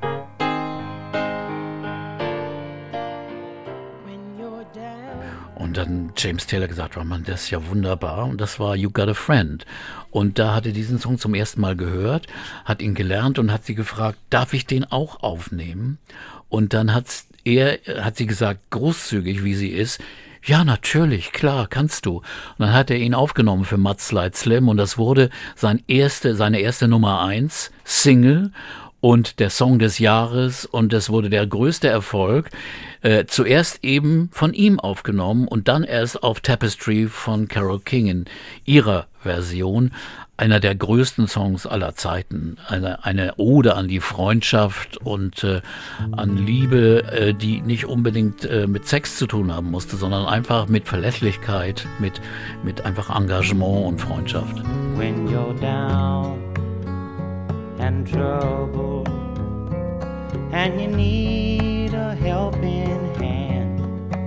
Und dann James Taylor gesagt, oh Mann, das ist ja wunderbar. Und das war You Got a Friend. Und da hat er diesen Song zum ersten Mal gehört, hat ihn gelernt und hat sie gefragt, darf ich den auch aufnehmen? Und dann hat sie gesagt, großzügig wie sie ist, ja, natürlich, klar, kannst du. Und dann hat er ihn aufgenommen für Mudslide Slim und das wurde seine erste Nummer 1 Single und der Song des Jahres und es wurde der größte Erfolg. Zuerst eben von ihm aufgenommen und dann erst auf Tapestry von Carole King in ihrer Version. Einer der größten Songs aller Zeiten. Eine Ode an die Freundschaft und an Liebe, die nicht unbedingt mit Sex zu tun haben musste, sondern einfach mit Verlässlichkeit, mit einfach Engagement und Freundschaft. When you're down and troubled and you need a helping hand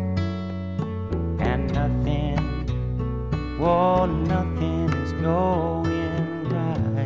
and nothing is going right.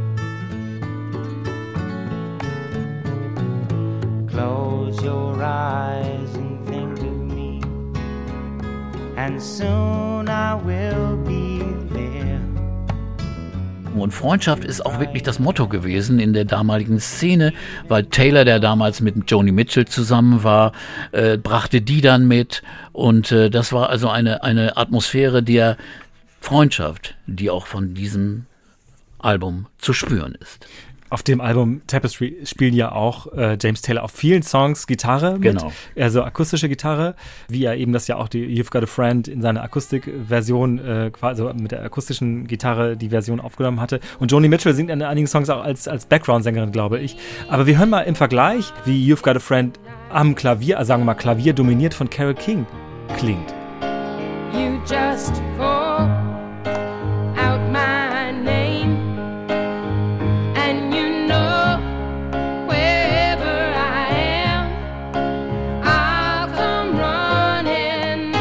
Close your eyes and think of me, and soon I will be there. Und Freundschaft ist auch wirklich das Motto gewesen in der damaligen Szene, weil Taylor, der damals mit Joni Mitchell zusammen war, brachte die dann mit und das war also eine Atmosphäre der Freundschaft, die auch von diesem Album zu spüren ist. Auf dem Album Tapestry spielen ja auch James Taylor auf vielen Songs Gitarre mit, Genau. Also akustische Gitarre, wie er eben das ja auch die You've Got a Friend in seiner Akustikversion, quasi mit der akustischen Gitarre die Version aufgenommen hatte. Und Joni Mitchell singt in einigen Songs auch als Background-Sängerin, glaube ich. Aber wir hören mal im Vergleich, wie You've Got a Friend am Klavier, also sagen wir mal Klavier dominiert von Carole King klingt. You just call out my name, and you know wherever I am, I'll come running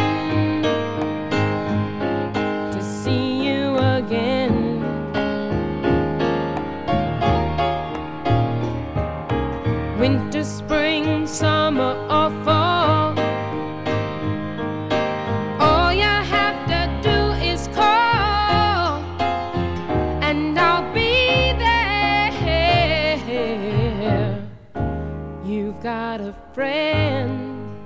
to see you again. Winter, spring, summer, or fall, all you have to do is call, and I'll be there. You've got a friend.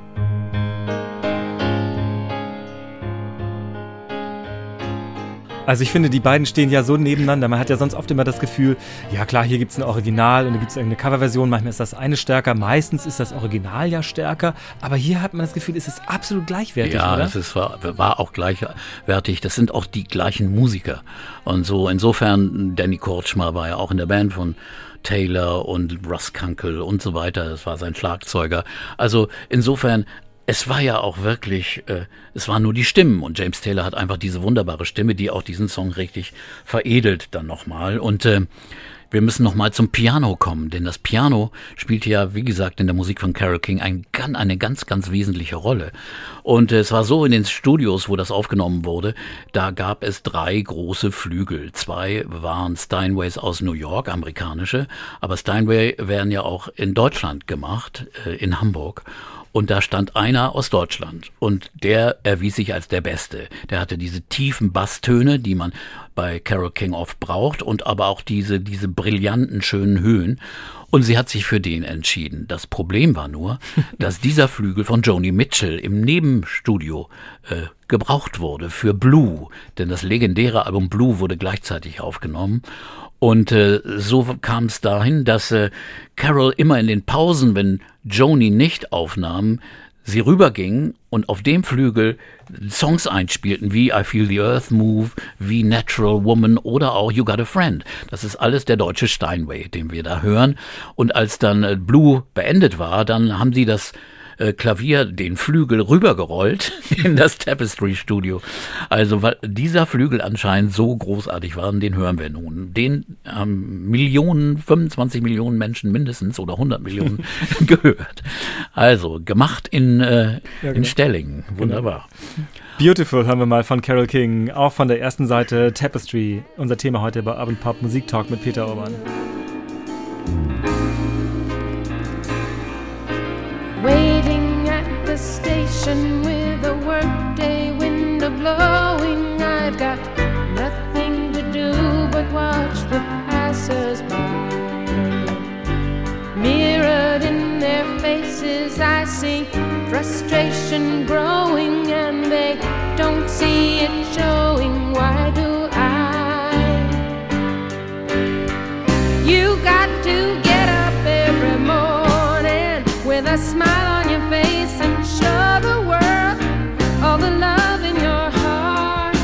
Also ich finde, die beiden stehen ja so nebeneinander. Man hat ja sonst oft immer das Gefühl, ja klar, hier gibt es ein Original und da gibt es eine Coverversion. Manchmal ist das eine stärker, meistens ist das Original ja stärker. Aber hier hat man das Gefühl, es ist absolut gleichwertig, Ja, oder? es war auch gleichwertig. Das sind auch die gleichen Musiker. Und so insofern, Danny Kortschmer war ja auch in der Band von Taylor und Russ Kunkel und so weiter. Das war sein Schlagzeuger. Also insofern, es war ja auch wirklich, es waren nur die Stimmen und James Taylor hat einfach diese wunderbare Stimme, die auch diesen Song richtig veredelt dann nochmal. Und wir müssen nochmal zum Piano kommen, denn das Piano spielte ja, wie gesagt, in der Musik von Carole King eine ganz, ganz wesentliche Rolle. Und es war so in den Studios, wo das aufgenommen wurde, da gab es 3 große Flügel. 2 waren Steinways aus New York, amerikanische, aber Steinway werden ja auch in Deutschland gemacht, in Hamburg. Und da stand einer aus Deutschland und der erwies sich als der Beste. Der hatte diese tiefen Basstöne, die man bei Carole King oft braucht und aber auch diese brillanten, schönen Höhen. Und sie hat sich für den entschieden. Das Problem war nur, dass dieser Flügel von Joni Mitchell im Nebenstudio gebraucht wurde für Blue. Denn das legendäre Album Blue wurde gleichzeitig aufgenommen. Und so kam es dahin, dass Carole immer in den Pausen, wenn Joni nicht aufnahm, sie rüberging und auf dem Flügel Songs einspielten, wie I Feel the Earth Move, wie Natural Woman oder auch You Got a Friend. Das ist alles der deutsche Steinway, den wir da hören. Und als dann Blue beendet war, dann haben sie das Klavier, den Flügel rübergerollt in das Tapestry-Studio. Also, weil dieser Flügel anscheinend so großartig war, den hören wir nun. Den haben 25 Millionen Menschen mindestens oder 100 Millionen gehört. Also, gemacht in Stellingen. Wunderbar. Beautiful hören wir mal von Carole King, auch von der ersten Seite Tapestry. Unser Thema heute bei Urban Pop Musik Talk mit Peter Urban. Waiting at the station with a workday flowing. I've got nothing to do but watch the passers-by. Mirrored in their faces, I see frustration growing, and they don't see it showing. Why do I? You got to get up every morning with a smile on your face and show the world all the love in your heart.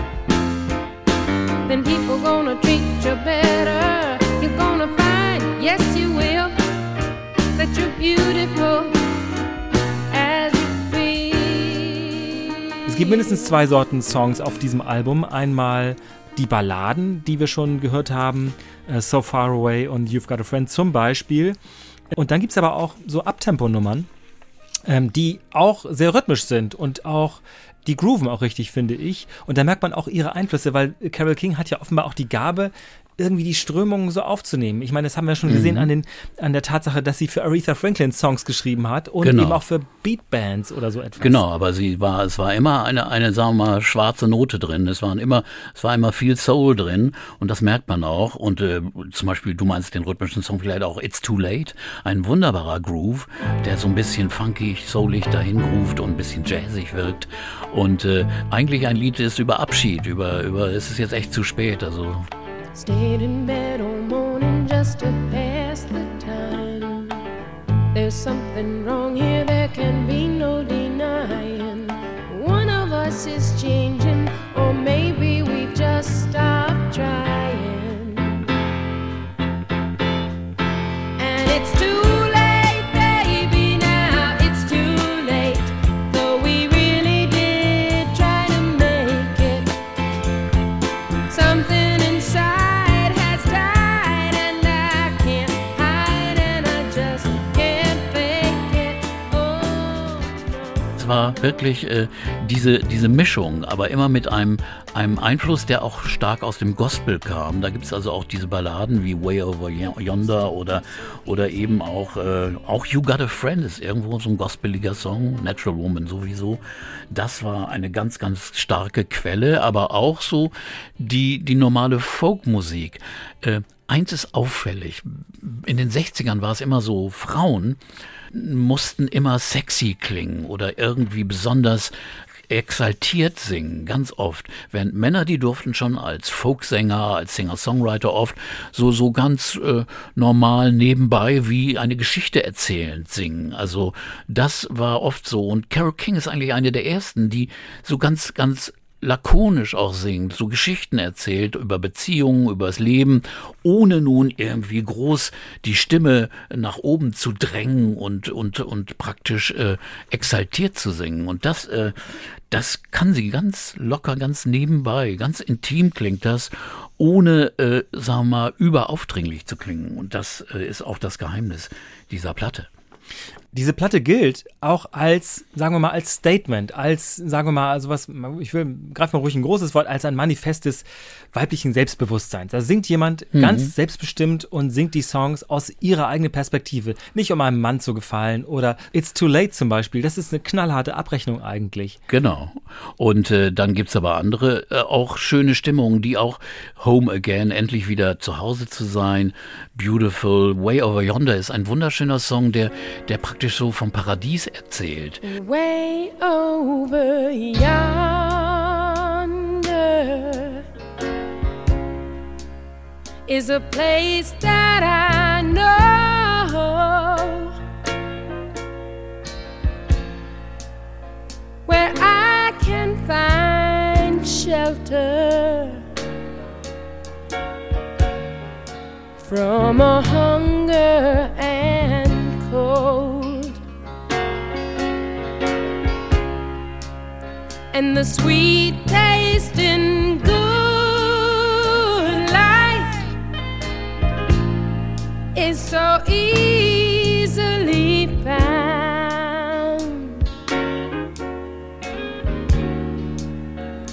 Then people gonna treat you better. You're gonna find, yes you will, that you're beautiful as you feel. Es gibt mindestens 2 Sorten Songs auf diesem Album. Einmal die Balladen, die wir schon gehört haben, So Far Away und You've Got a Friend zum Beispiel. Und dann gibt es aber auch so Abtempo-Nummern, die auch sehr rhythmisch sind und auch die grooven auch richtig, finde ich. Und da merkt man auch ihre Einflüsse, weil Carole King hat ja offenbar auch die Gabe, irgendwie die Strömungen so aufzunehmen. Ich meine, das haben wir schon gesehen an der Tatsache, dass sie für Aretha Franklin Songs geschrieben hat und eben auch für Beatbands oder so etwas. Genau, aber es war immer eine, sagen wir mal, schwarze Note drin. Es war immer viel Soul drin und das merkt man auch. Und zum Beispiel, du meinst den rhythmischen Song vielleicht auch It's Too Late, ein wunderbarer Groove, der so ein bisschen funkig, soulig dahin groovt und ein bisschen jazzig wirkt. Und eigentlich ein Lied ist über Abschied, über es ist jetzt echt zu spät, also. Stayed in bed all morning just to pass the time. There's something wrong here, there can be no denying. One of us is changing, or maybe we just stopped trying. And it's too late, baby, now it's too late. Though we really did try to make it. Something inside war wirklich diese Mischung, aber immer mit einem Einfluss, der auch stark aus dem Gospel kam. Da gibt es also auch diese Balladen wie Way Over Yonder oder eben auch You Got a Friend ist irgendwo so ein gospeliger Song, Natural Woman sowieso. Das war eine ganz, ganz starke Quelle, aber auch so die normale Folkmusik. Eins ist auffällig, in den 60ern war es immer so, Frauen mussten immer sexy klingen oder irgendwie besonders exaltiert singen, ganz oft. Während Männer, die durften schon als Folksänger, als Singer-Songwriter oft so ganz normal nebenbei wie eine Geschichte erzählend singen. Also das war oft so. Und Carole King ist eigentlich eine der ersten, die so ganz, ganz lakonisch auch singt, so Geschichten erzählt über Beziehungen, über das Leben, ohne nun irgendwie groß die Stimme nach oben zu drängen und praktisch exaltiert zu singen. Und das kann sie ganz locker, ganz nebenbei, ganz intim klingt das, ohne, sagen wir mal, überaufdringlich zu klingen. Und das ist auch das Geheimnis dieser Platte. Diese Platte gilt auch als, sagen wir mal, als Statement, als, sagen wir mal, sowas, ich will, greif mal ruhig ein großes Wort, als ein Manifest des weiblichen Selbstbewusstseins. Da singt jemand ganz selbstbestimmt und singt die Songs aus ihrer eigenen Perspektive. Nicht um einem Mann zu gefallen oder It's Too Late zum Beispiel. Das ist eine knallharte Abrechnung eigentlich. Genau. Und dann gibt's aber andere, auch schöne Stimmungen, die auch Home Again, endlich wieder zu Hause zu sein, Beautiful, Way Over Yonder ist ein wunderschöner Song, der praktisch so vom Paradies erzählt. Way over yonder is a place that I know, where I can find shelter from a hunger and cold. And the sweet taste in good life is so easily found.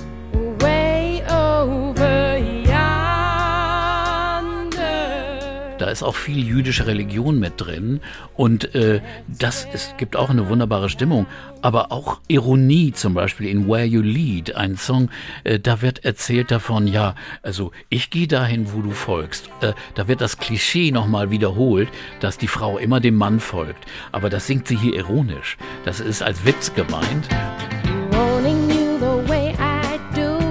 Way over yonder. Da ist auch viel jüdische Religion mit drin und gibt auch eine wunderbare Stimmung. Aber auch Ironie zum Beispiel in Where You Lead, ein Song, da wird erzählt davon, ja, also ich gehe dahin, wo du folgst. Da wird das Klischee nochmal wiederholt, dass die Frau immer dem Mann folgt. Aber das singt sie hier ironisch. Das ist als Witz gemeint. Wanting you the way I do,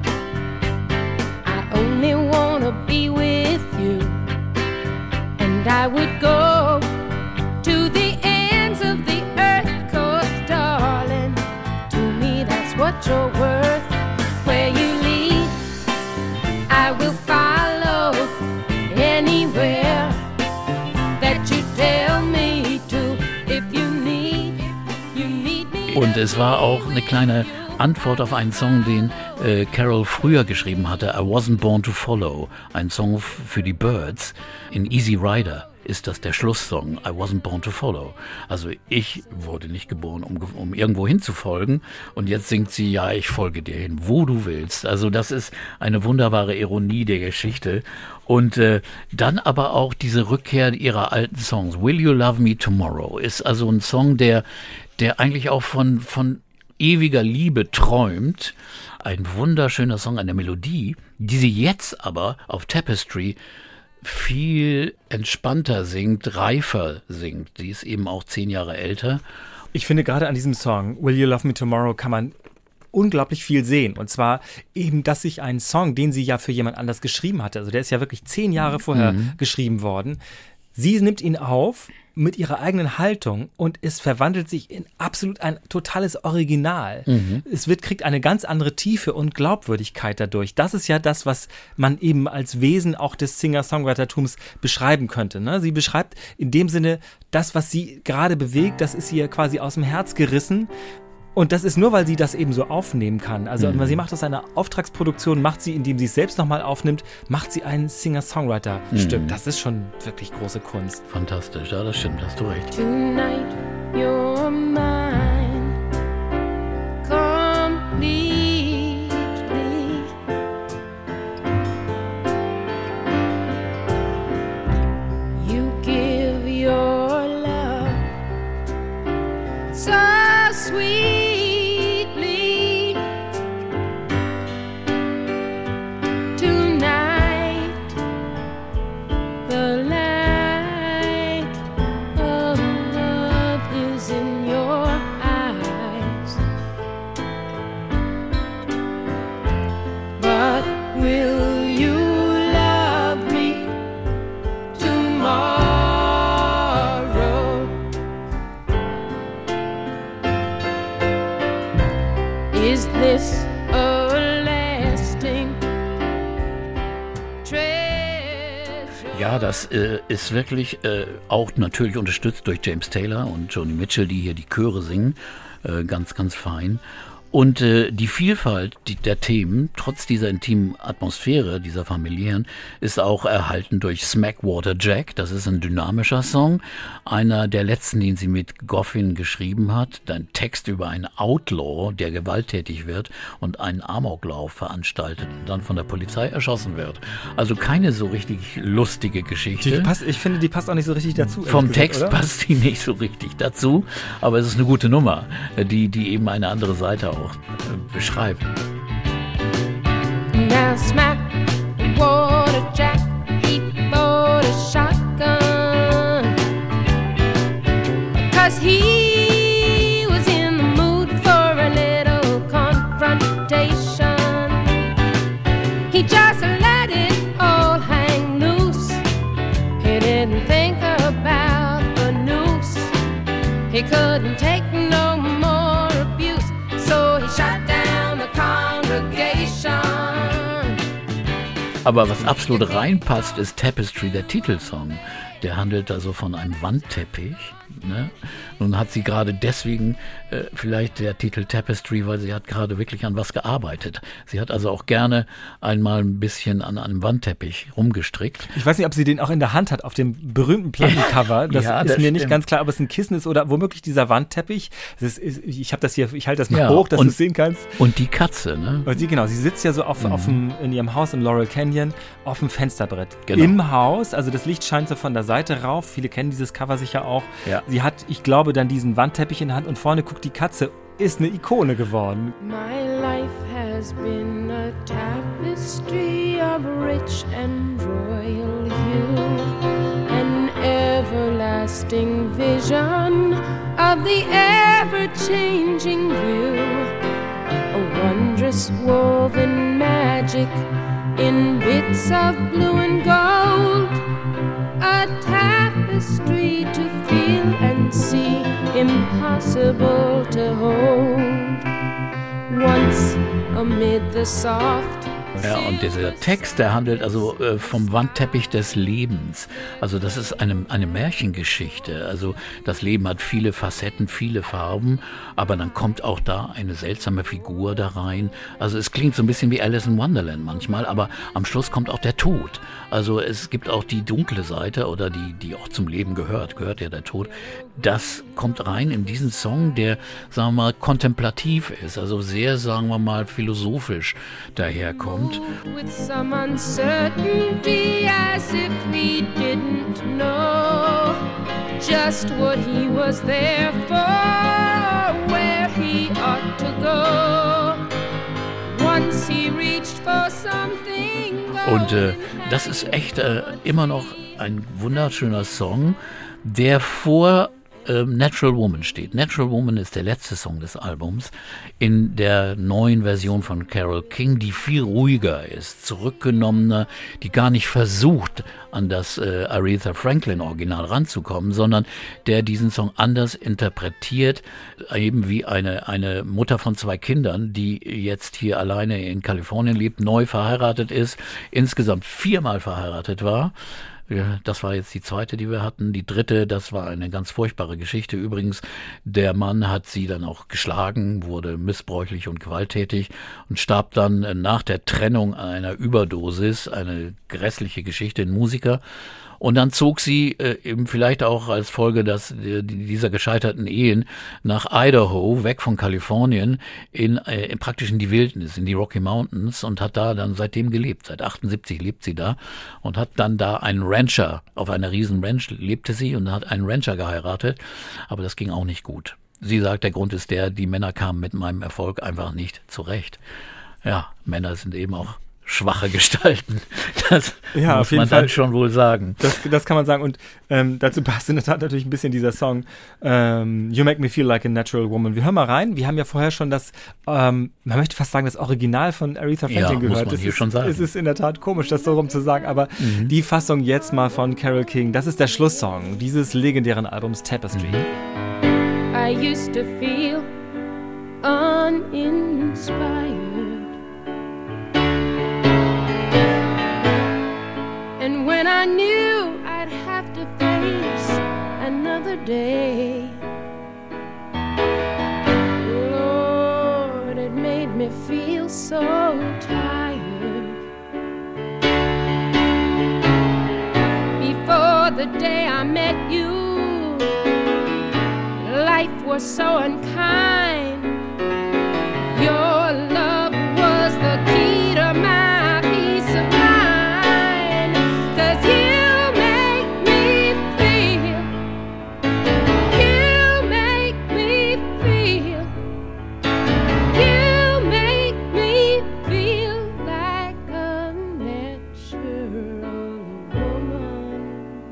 I only wanna be with you, and I would go to the ends of the earth, 'cause darling, to me that's what you're worth. Where you lead, I will follow anywhere that you tell me to. If you need me. Und es war auch eine kleine Antwort auf einen Song, den Carol früher geschrieben hatte, I Wasn't Born to Follow, ein Song für die Byrds. In Easy Rider ist das der Schlusssong, I Wasn't Born to Follow. Also ich wurde nicht geboren, um irgendwo hinzufolgen. Und jetzt singt sie, ja, ich folge dir hin, wo du willst. Also das ist eine wunderbare Ironie der Geschichte. Und dann aber auch diese Rückkehr ihrer alten Songs. Will You Love Me Tomorrow ist also ein Song, der eigentlich auch von ewiger Liebe träumt. Ein wunderschöner Song, eine Melodie, die sie jetzt aber auf Tapestry viel entspannter singt, reifer singt. Sie ist eben auch 10 Jahre älter. Ich finde, gerade an diesem Song, Will You Love Me Tomorrow, kann man unglaublich viel sehen. Und zwar eben, dass sich ein Song, den sie ja für jemand anders geschrieben hatte, also der ist ja wirklich 10 Jahre vorher geschrieben worden, sie nimmt ihn auf mit ihrer eigenen Haltung und es verwandelt sich in absolut ein totales Original. Es kriegt eine ganz andere Tiefe und Glaubwürdigkeit dadurch. Das ist ja das, was man eben als Wesen auch des Singer-Songwritertums beschreiben könnte. Ne? Sie beschreibt in dem Sinne, das, was sie gerade bewegt, das ist ihr quasi aus dem Herz gerissen. Und das ist nur, weil sie das eben so aufnehmen kann. Also sie macht aus einer Auftragsproduktion, indem sie es selbst nochmal aufnimmt, macht sie ein Singer-Songwriter-Stück. Das ist schon wirklich große Kunst. Fantastisch, ja, das stimmt, hast du recht. Tonight you're mine completely. You give your love so sweetly. Tonight the light of love is in your eyes. But will you love me tomorrow? Is this a lasting treasure? Ja, das ist wirklich auch natürlich unterstützt durch James Taylor und Joni Mitchell, die hier die Chöre singen. Ganz, ganz fein. Und die Vielfalt der Themen, trotz dieser intimen Atmosphäre, dieser familiären, ist auch erhalten durch Smackwater Jack. Das ist ein dynamischer Song. Einer der letzten, den sie mit Goffin geschrieben hat. Ein Text über einen Outlaw, der gewalttätig wird und einen Amoklauf veranstaltet und dann von der Polizei erschossen wird. Also keine so richtig lustige Geschichte. Ich finde, die passt auch nicht so richtig dazu. Vom gesagt, Text oder? passt die nicht so richtig dazu, aber es ist eine gute Nummer, die eben eine andere Seite auch beschreibt. Now smack water Jack, he bought a shotgun, 'cause he was in the mood for a little confrontation. He just let it all hang loose. He didn't think about the noose. He couldn't take no more abuse, so he shot down the congregation. Aber was absolut reinpasst, ist Tapestry, der Titelsong. der handelt also von einem Wandteppich. Ne? Nun hat sie gerade deswegen vielleicht der Titel Tapestry, weil sie hat gerade wirklich an was gearbeitet. Sie hat also auch gerne einmal ein bisschen an einem Wandteppich rumgestrickt. Ich weiß nicht, ob sie den auch in der Hand hat auf dem berühmten Plattencover. Das Ja, ist das mir nicht stimmt. ganz klar, ob es ein Kissen ist oder womöglich dieser Wandteppich. Ich habe das hier, ich halte das mal Ja, hoch, dass und- du es sehen kannst. Und die Katze, ne? Und sie sitzt ja so in ihrem Haus im Laurel Canyon auf dem Fensterbrett. Genau. Im Haus, also das Licht scheint so von der Seite rauf. Viele kennen dieses Cover sicher auch. Ja. Sie hat, ich glaube, dann diesen Wandteppich in der Hand und vorne guckt die Katze. Ist eine Ikone geworden. My life has been a tapestry of rich and royal hue, an everlasting vision of the ever-changing view, a wondrous woven magic in bits of blue and gold, a tapestry to feel and see, impossible to hold. Once amid the soft Ja, und dieser Text, der handelt also vom Wandteppich des Lebens. Also das ist eine Märchengeschichte. Also das Leben hat viele Facetten, viele Farben, aber dann kommt auch da eine seltsame Figur da rein. Also es klingt so ein bisschen wie Alice in Wonderland manchmal, aber am Schluss kommt auch der Tod. Also es gibt auch die dunkle Seite oder die auch zum Leben gehört ja der Tod. Das kommt rein in diesen Song, der, sagen wir mal, kontemplativ ist, also sehr, sagen wir mal, philosophisch daherkommt. with some uncertainty, as if he didn't know just what he was there for, or where he ought to go. Once he reached for something Und das ist echt immer noch ein wunderschöner Song, der vor Natural Woman steht. Natural Woman ist der letzte Song des Albums in der neuen Version von Carole King, die viel ruhiger ist, zurückgenommener, die gar nicht versucht, an das Aretha Franklin Original ranzukommen, sondern der diesen Song anders interpretiert, eben wie eine Mutter von 2 Kindern, die jetzt hier alleine in Kalifornien lebt, neu verheiratet ist, insgesamt 4-mal verheiratet war. Ja, das war jetzt die 2., die wir hatten. Die 3., das war eine ganz furchtbare Geschichte. Übrigens, der Mann hat sie dann auch geschlagen, wurde missbräuchlich und gewalttätig und starb dann nach der Trennung an einer Überdosis. Eine grässliche Geschichte, ein Musiker. Und dann zog sie eben vielleicht auch als Folge dieser gescheiterten Ehen nach Idaho, weg von Kalifornien, in praktisch in die Wildnis, in die Rocky Mountains und hat da dann seitdem gelebt. Seit 78 lebt sie da und hat dann da einen Rancher, auf einer riesen Ranch lebte sie und hat einen Rancher geheiratet, aber das ging auch nicht gut. Sie sagt, der Grund ist die Männer kamen mit meinem Erfolg einfach nicht zurecht. Ja, Männer sind eben auch schwache Gestalten. Das Ja, muss auf jeden man Fall. dann schon wohl sagen. Das kann man sagen. Und dazu passt in der Tat natürlich ein bisschen dieser Song You Make Me Feel Like a Natural Woman. Wir hören mal rein. Wir haben ja vorher schon das, man möchte fast sagen, das Original von Aretha Franklin Ja, muss gehört. man Es hier ist, schon sagen. Es ist in der Tat komisch, das so rum zu sagen, aber die Fassung jetzt mal von Carole King, das ist der Schlusssong dieses legendären Albums Tapestry. I used to feel uninspired, and when I knew I'd have to face another day, Lord, it made me feel so tired. Before the day I met you, life was so unkind. Your love was the key to my peace of mind. 'Cause you make me feel, you make me feel, you make me feel like a natural woman.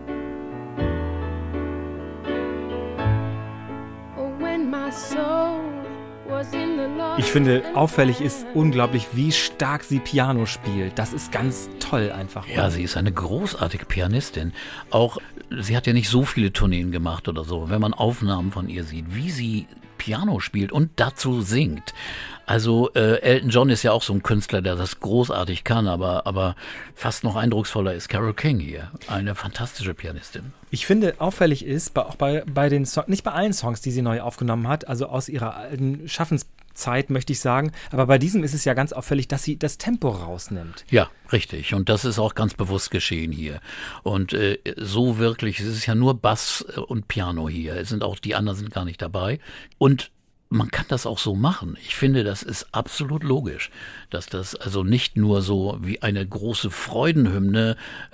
Oh, when my soul was in the Lord. Ich finde, auffällig ist unglaublich, wie stark sie Piano spielt. Das ist ganz toll einfach. Ja, sie ist eine großartige Pianistin. Auch, sie hat ja nicht so viele Tourneen gemacht oder so. Wenn man Aufnahmen von ihr sieht, wie sie Piano spielt und dazu singt. Also Elton John ist ja auch so ein Künstler, der das großartig kann, aber fast noch eindrucksvoller ist Carole King hier. Eine fantastische Pianistin. Ich finde, auffällig ist, auch bei den Songs, nicht bei allen Songs, die sie neu aufgenommen hat, also aus ihrer alten Schaffenszeit, möchte ich sagen, aber bei diesem ist es ja ganz auffällig, dass sie das Tempo rausnimmt. Ja, richtig. Und das ist auch ganz bewusst geschehen hier. Und so wirklich, es ist ja nur Bass und Piano hier. Es sind auch, die anderen sind gar nicht dabei. Und man kann das auch so machen. Ich finde, das ist absolut logisch, dass das also nicht nur so wie eine große Freudenhymne,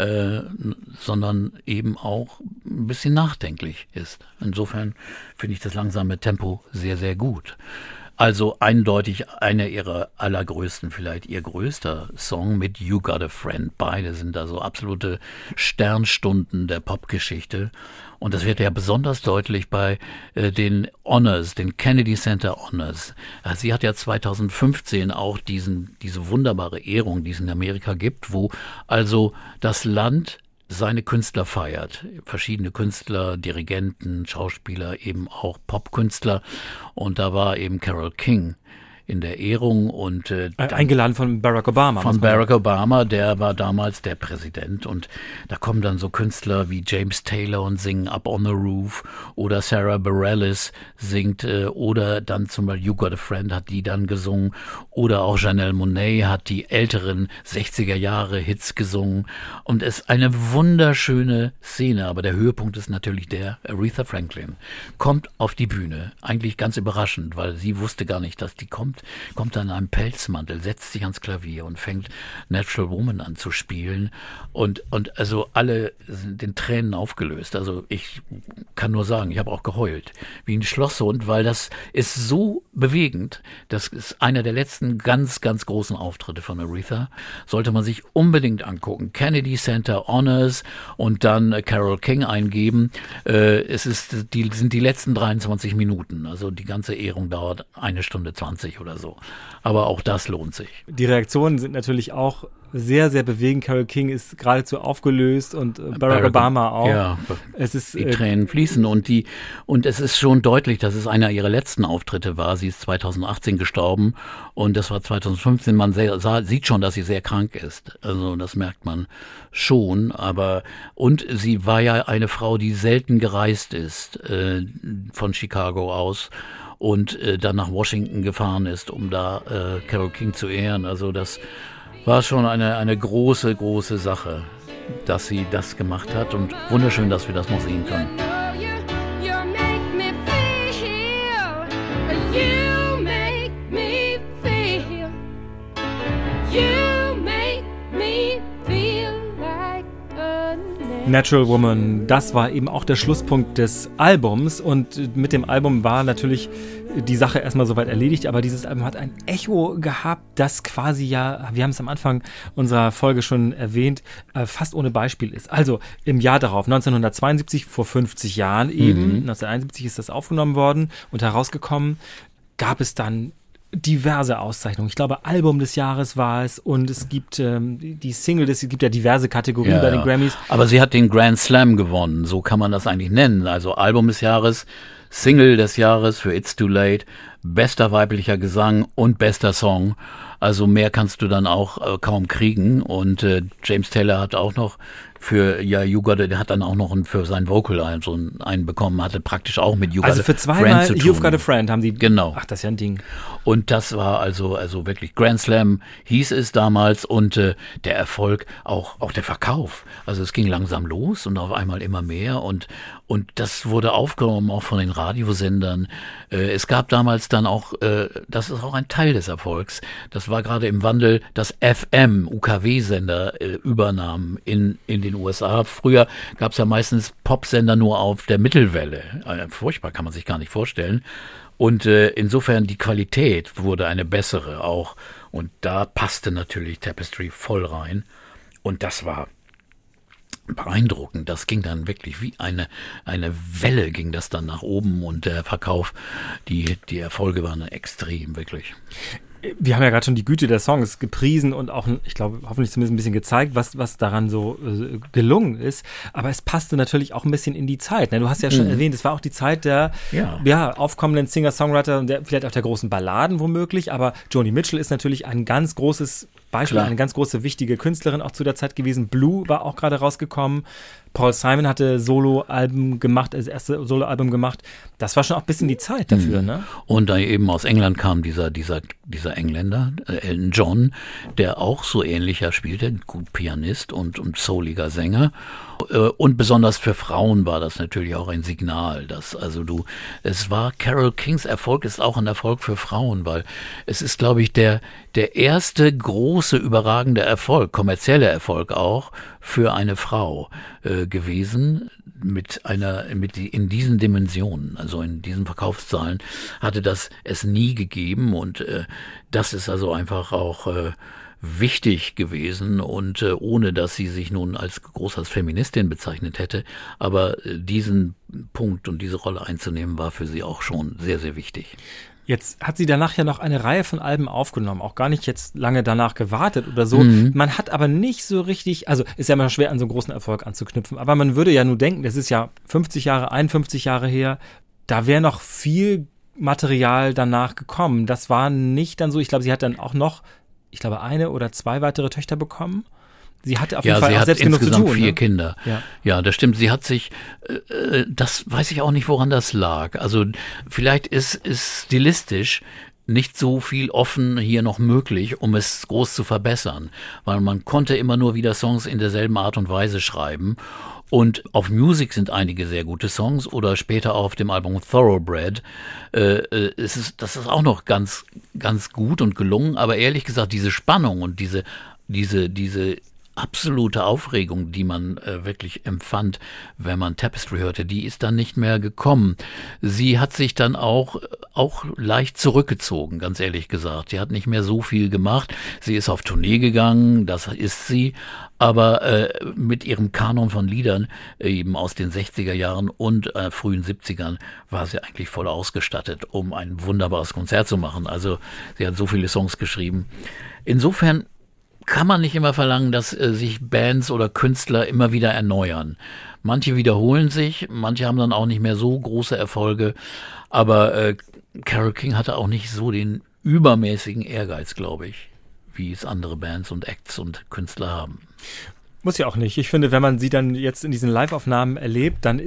sondern eben auch ein bisschen nachdenklich ist. Insofern finde ich das langsame Tempo sehr, sehr gut. Also eindeutig einer ihrer allergrößten, vielleicht ihr größter Song mit You Got a Friend. Beide sind also absolute Sternstunden der Popgeschichte. Und das wird ja besonders deutlich bei den Honors, den Kennedy Center Honors. Sie hat ja 2015 auch diese wunderbare Ehrung, die es in Amerika gibt, wo also das Land seine Künstler feiert. Verschiedene Künstler, Dirigenten, Schauspieler, eben auch Popkünstler. Und da war eben Carole King in der Ehrung und eingeladen von Barack Obama. Von Barack Obama, der war damals der Präsident, und da kommen dann so Künstler wie James Taylor und singen Up on the Roof, oder Sarah Bareilles singt, oder dann zum Beispiel You Got a Friend hat die dann gesungen, oder auch Janelle Monáe hat die älteren 60er Jahre Hits gesungen, und es ist eine wunderschöne Szene, aber der Höhepunkt ist natürlich Aretha Franklin kommt auf die Bühne, eigentlich ganz überraschend, weil sie wusste gar nicht, dass die kommt dann in einem Pelzmantel, setzt sich ans Klavier und fängt Natural Woman an zu spielen, und also alle sind in Tränen aufgelöst. Also ich kann nur sagen, ich habe auch geheult, wie ein Schlosshund, weil das ist so bewegend. Das ist einer der letzten ganz, ganz großen Auftritte von Aretha. Sollte man sich unbedingt angucken. Kennedy Center Honors und dann Carole King eingeben. Sind die letzten 23 Minuten. Also die ganze Ehrung dauert 1 Stunde 20 oder so. Aber auch das lohnt sich. Die Reaktionen sind natürlich auch sehr, sehr bewegend. Carole King ist geradezu aufgelöst und Barack Obama auch. Ja, es ist, die Tränen fließen und es ist schon deutlich, dass es einer ihrer letzten Auftritte war. Sie ist 2018 gestorben und das war 2015. Man sieht schon, dass sie sehr krank ist. Also das merkt man schon. Und sie war ja eine Frau, die selten gereist ist von Chicago aus. Und dann nach Washington gefahren ist, um da Carole King zu ehren. Also das war schon eine große, große Sache, dass sie das gemacht hat. Und wunderschön, dass wir das noch sehen können. Natural Woman, das war eben auch der Schlusspunkt des Albums, und mit dem Album war natürlich die Sache erstmal soweit erledigt, aber dieses Album hat ein Echo gehabt, das quasi ja, wir haben es am Anfang unserer Folge schon erwähnt, fast ohne Beispiel ist. Also im Jahr darauf, 1972, vor 50 Jahren eben, 1971 ist das aufgenommen worden und herausgekommen, gab es dann diverse Auszeichnungen. Ich glaube, Album des Jahres war es, und es gibt die Single, es gibt ja diverse Kategorien bei den Grammys. Aber sie hat den Grand Slam gewonnen, so kann man das eigentlich nennen. Also Album des Jahres, Single des Jahres für It's Too Late, bester weiblicher Gesang und bester Song. Also mehr kannst du dann auch kaum kriegen. Und James Taylor hat auch noch der hat dann auch noch für sein Vocal einen bekommen, hatte praktisch auch mit You Got a Friend zu tun. Also für zweimal You've Got a Friend haben die. Genau. Ach, das ist ja ein Ding. Und das war also wirklich Grand Slam hieß es damals, und der Erfolg, auch der Verkauf. Also es ging langsam los und auf einmal immer mehr, und das wurde aufgenommen auch von den Radiosendern. Es gab damals dann auch, das ist auch ein Teil des Erfolgs, das war gerade im Wandel, dass FM, UKW-Sender übernahmen in den USA. Früher gab es ja meistens Popsender nur auf der Mittelwelle. Furchtbar, kann man sich gar nicht vorstellen. Und insofern die Qualität wurde eine bessere auch. Und da passte natürlich Tapestry voll rein. Und das war beeindruckend. Das ging dann wirklich wie eine Welle ging das dann nach oben, und der Verkauf, die Erfolge waren extrem, wirklich. Wir haben ja gerade schon die Güte der Songs gepriesen und auch, ich glaube, hoffentlich zumindest ein bisschen gezeigt, was daran so gelungen ist. Aber es passte natürlich auch ein bisschen in die Zeit. Ne? Du hast ja schon erwähnt, es war auch die Zeit der aufkommenden Singer-Songwriter und vielleicht auch der großen Balladen womöglich. Aber Joni Mitchell ist natürlich ein ganz großes Beispiel, eine ganz große, wichtige Künstlerin auch zu der Zeit gewesen. Blue war auch gerade rausgekommen. Paul Simon hatte Soloalbum gemacht, das erste Soloalbum gemacht. Das war schon auch ein bisschen die Zeit dafür, ne? Und da eben aus England kam dieser Engländer, Elton John, der auch so ähnlicher spielte, gut Pianist und souliger Sänger. Und besonders für Frauen war das natürlich auch ein Signal, dass es war Carole Kings Erfolg ist auch ein Erfolg für Frauen, weil es ist, glaube ich, der erste große, überragende Erfolg, kommerzielle Erfolg auch für eine Frau gewesen, in diesen Dimensionen, also in diesen Verkaufszahlen hatte das es nie gegeben und das ist also einfach auch wichtig gewesen und ohne, dass sie sich nun als Feministin bezeichnet hätte, aber diesen Punkt und diese Rolle einzunehmen, war für sie auch schon sehr, sehr wichtig. Jetzt hat sie danach ja noch eine Reihe von Alben aufgenommen, auch gar nicht jetzt lange danach gewartet oder so. Man hat aber nicht so richtig, also ist ja immer schwer an so einen großen Erfolg anzuknüpfen, aber man würde ja nur denken, das ist ja 51 Jahre her, da wäre noch viel Material danach gekommen. Das war nicht dann so, ich glaube, sie hat dann auch noch, eine oder zwei weitere Töchter bekommen. Sie hatte auf jeden Fall auch selbst genug zu tun. Insgesamt 4 Kinder. Ja, das stimmt. Sie hat sich, das weiß ich auch nicht, woran das lag. Also vielleicht ist stilistisch nicht so viel offen hier noch möglich, um es groß zu verbessern. Weil man konnte immer nur wieder Songs in derselben Art und Weise schreiben. Und auf Music sind einige sehr gute Songs oder später auch auf dem Album Thoroughbred. Das ist auch noch ganz, ganz gut und gelungen. Aber ehrlich gesagt, diese Spannung und diese absolute Aufregung, die man wirklich empfand, wenn man Tapestry hörte, die ist dann nicht mehr gekommen. Sie hat sich dann auch leicht zurückgezogen, ganz ehrlich gesagt. Sie hat nicht mehr so viel gemacht. Sie ist auf Tournee gegangen, das ist sie, aber mit ihrem Kanon von Liedern eben aus den 60er Jahren und frühen 70ern war sie eigentlich voll ausgestattet, um ein wunderbares Konzert zu machen. Also sie hat so viele Songs geschrieben. Insofern kann man nicht immer verlangen, dass sich Bands oder Künstler immer wieder erneuern. Manche wiederholen sich, manche haben dann auch nicht mehr so große Erfolge, aber Carole King hatte auch nicht so den übermäßigen Ehrgeiz, glaube ich, wie es andere Bands und Acts und Künstler haben. Muss ja auch nicht. Ich finde, wenn man sie dann jetzt in diesen Live-Aufnahmen erlebt, dann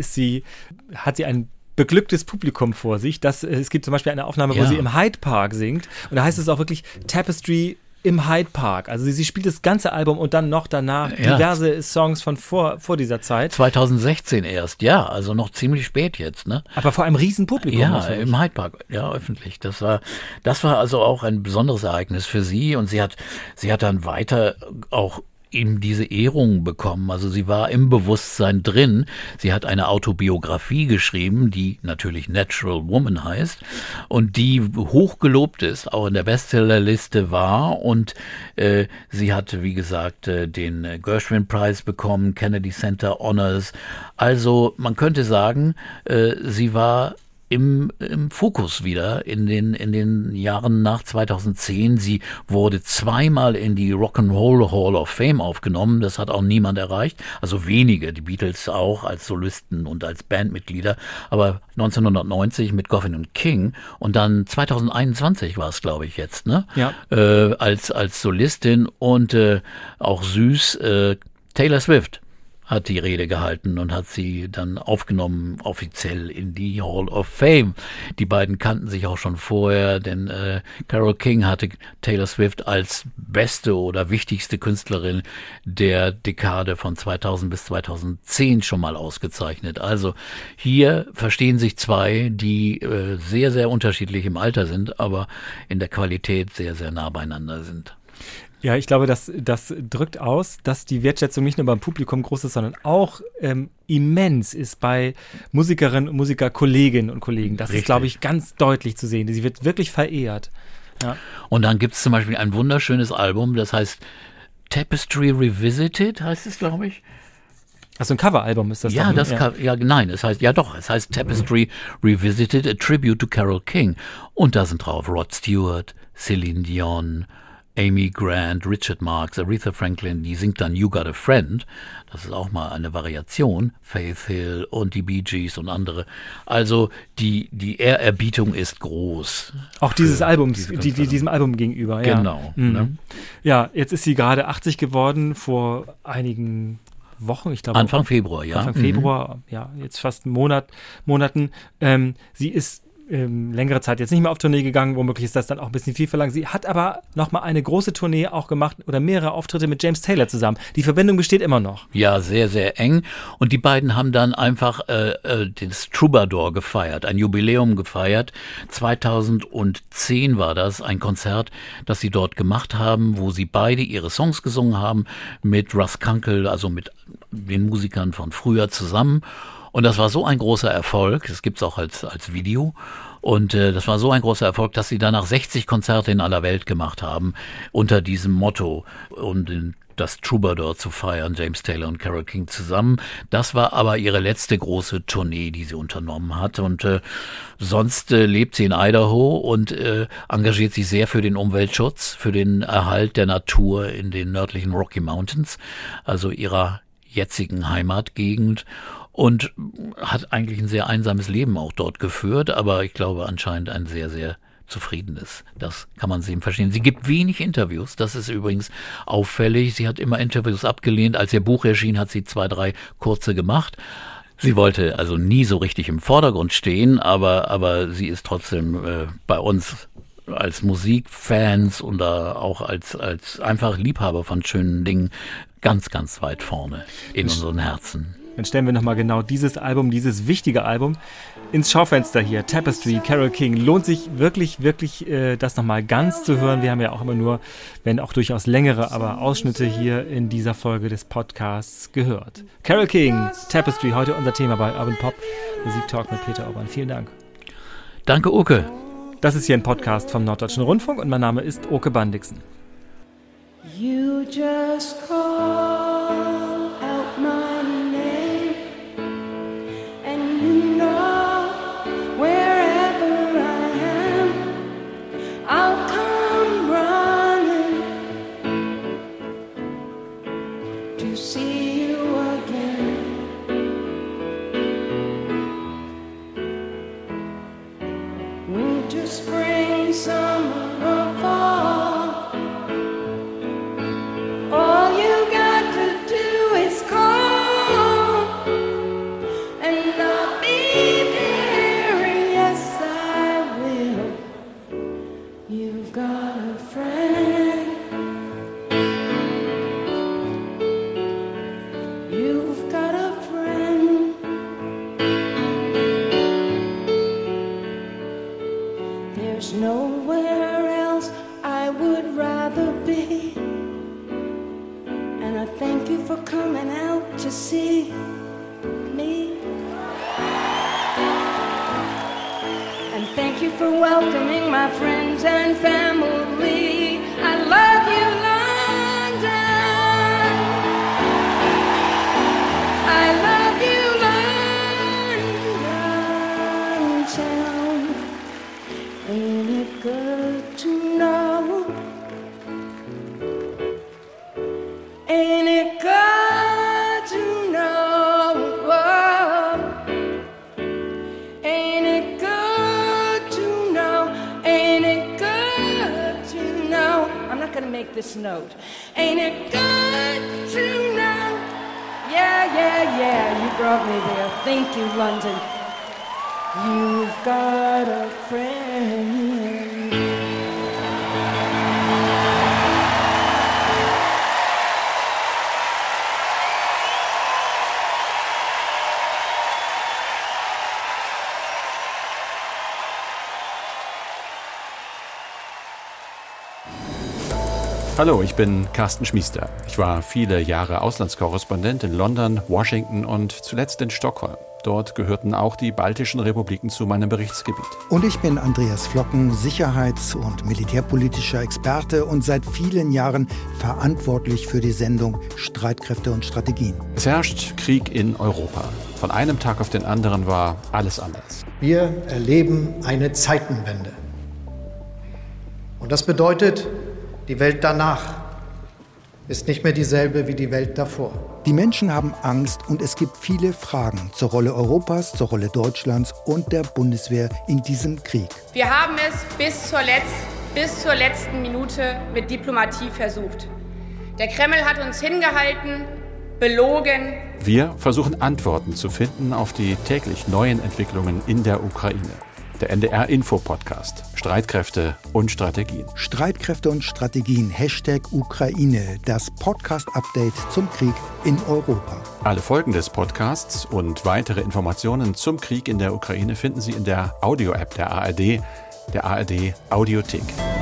hat sie ein beglücktes Publikum vor sich. Es gibt zum Beispiel eine Aufnahme, wo sie im Hyde Park singt und da heißt es auch wirklich Tapestry im Hyde Park. Also sie spielt das ganze Album und dann noch danach diverse Songs von vor dieser Zeit. 2016 erst, also noch ziemlich spät jetzt, ne? Aber vor einem riesen Publikum. Ja, im Hyde Park, öffentlich. Das war also auch ein besonderes Ereignis für sie und sie hat dann weiter auch ihm diese Ehrung bekommen. Also sie war im Bewusstsein drin. Sie hat eine Autobiografie geschrieben, die natürlich Natural Woman heißt und die hochgelobt ist, auch in der Bestsellerliste war und sie hat, wie gesagt, den Gershwin-Preis bekommen, Kennedy Center Honors. Also man könnte sagen, sie war im Fokus wieder in den Jahren nach 2010. Sie wurde zweimal in die Rock'n'Roll Hall of Fame aufgenommen. Das hat auch niemand erreicht. Also wenige, die Beatles auch als Solisten und als Bandmitglieder. Aber 1990 mit Goffin und King und dann 2021 war es, glaube ich, jetzt, ne? Ja. Als Solistin und auch süß Taylor Swift hat die Rede gehalten und hat sie dann aufgenommen, offiziell in die Hall of Fame. Die beiden kannten sich auch schon vorher, denn Carole King hatte Taylor Swift als beste oder wichtigste Künstlerin der Dekade von 2000 bis 2010 schon mal ausgezeichnet. Also hier verstehen sich zwei, die sehr, sehr unterschiedlich im Alter sind, aber in der Qualität sehr, sehr nah beieinander sind. Ja, ich glaube, das drückt aus, dass die Wertschätzung nicht nur beim Publikum groß ist, sondern auch immens ist bei Musikerinnen und Kolleginnen und Kollegen. Das ist, glaube ich, ganz deutlich zu sehen. Sie wird wirklich verehrt. Ja. Und dann gibt es zum Beispiel ein wunderschönes Album, das heißt Tapestry Revisited, heißt es, glaube ich. Also ein Coveralbum ist das ja, doch, ne? Es heißt Tapestry Revisited, a Tribute to Carole King. Und da sind drauf Rod Stewart, Celine Dion, Amy Grant, Richard Marx, Aretha Franklin, die singt dann You Got a Friend. Das ist auch mal eine Variation. Faith Hill und die Bee Gees und andere. Also die Ehrerbietung ist groß. Auch dieses Albums, diesem Album gegenüber. Ja. Genau. Mhm. Ne? Ja, jetzt ist sie gerade 80 geworden, vor einigen Wochen, ich glaube. Anfang Februar, ja. Anfang Februar, ja, jetzt fast Monaten. Sie ist längere Zeit jetzt nicht mehr auf Tournee gegangen, womöglich ist das dann auch ein bisschen viel verlangt. Sie hat aber nochmal eine große Tournee auch gemacht oder mehrere Auftritte mit James Taylor zusammen. Die Verbindung besteht immer noch. Ja, sehr, sehr eng. Und die beiden haben dann einfach das Troubadour gefeiert, ein Jubiläum gefeiert. 2010 war das, ein Konzert, das sie dort gemacht haben, wo sie beide ihre Songs gesungen haben mit Russ Kunkel, also mit den Musikern von früher zusammen. Und das war so ein großer Erfolg, das gibt's auch als Video, und das war so ein großer Erfolg, dass sie danach 60 Konzerte in aller Welt gemacht haben, unter diesem Motto, um das Troubadour zu feiern, James Taylor und Carole King zusammen. Das war aber ihre letzte große Tournee, die sie unternommen hat, und sonst lebt sie in Idaho und engagiert sich sehr für den Umweltschutz, für den Erhalt der Natur in den nördlichen Rocky Mountains, also ihrer jetzigen Heimatgegend. Und hat eigentlich ein sehr einsames Leben auch dort geführt, aber ich glaube anscheinend ein sehr, sehr zufriedenes. Das kann man sehen, verstehen. Sie gibt wenig Interviews, das ist übrigens auffällig. Sie hat immer Interviews abgelehnt. Als ihr Buch erschien, hat sie 2, 3 kurze gemacht. Sie wollte also nie so richtig im Vordergrund stehen, aber sie ist trotzdem bei uns als Musikfans und auch als einfach Liebhaber von schönen Dingen ganz, ganz weit vorne in unseren Herzen. Dann stellen wir nochmal genau dieses Album, dieses wichtige Album ins Schaufenster hier. Tapestry, Carole King. Lohnt sich wirklich, wirklich, das nochmal ganz zu hören. Wir haben ja auch immer nur, wenn auch durchaus längere, aber Ausschnitte hier in dieser Folge des Podcasts gehört. Carole King, Tapestry, heute unser Thema bei Urban Pop. Musiktalk mit Peter Urban. Vielen Dank. Danke, Oke. Das ist hier ein Podcast vom Norddeutschen Rundfunk und mein Name ist Oke Bandixen. You just call out my name, and you know wherever I am, I'll come running to see you again. Winter, spring, summer, or fall, all you got to do is call, and I'll be there, and yes I will. You've got a friend. You've got a friend. There's nowhere else I would rather be. And I thank you for coming out to see me. And thank you for welcoming my friends and family. I love you, London. I love you, London town. Ain't it good to know? Ain't it good to know? Ain't it good to know? Ain't it good to know? I'm not gonna make this note. Ain't it good to know? Yeah, you brought me there. Thank you, London. You've got a friend. Hallo, ich bin Carsten Schmiester. Ich war viele Jahre Auslandskorrespondent in London, Washington und zuletzt in Stockholm. Dort gehörten auch die baltischen Republiken zu meinem Berichtsgebiet. Und ich bin Andreas Flocken, sicherheits- und militärpolitischer Experte und seit vielen Jahren verantwortlich für die Sendung Streitkräfte und Strategien. Es herrscht Krieg in Europa. Von einem Tag auf den anderen war alles anders. Wir erleben eine Zeitenwende. Und das bedeutet, die Welt danach ist nicht mehr dieselbe wie die Welt davor. Die Menschen haben Angst und es gibt viele Fragen zur Rolle Europas, zur Rolle Deutschlands und der Bundeswehr in diesem Krieg. Wir haben es bis zur letzten Minute mit Diplomatie versucht. Der Kreml hat uns hingehalten, belogen. Wir versuchen Antworten zu finden auf die täglich neuen Entwicklungen in der Ukraine. Der NDR-Info-Podcast. Streitkräfte und Strategien. Streitkräfte und Strategien. #Ukraine. Das Podcast-Update zum Krieg in Europa. Alle Folgen des Podcasts und weitere Informationen zum Krieg in der Ukraine finden Sie in der Audio-App der ARD Audiothek.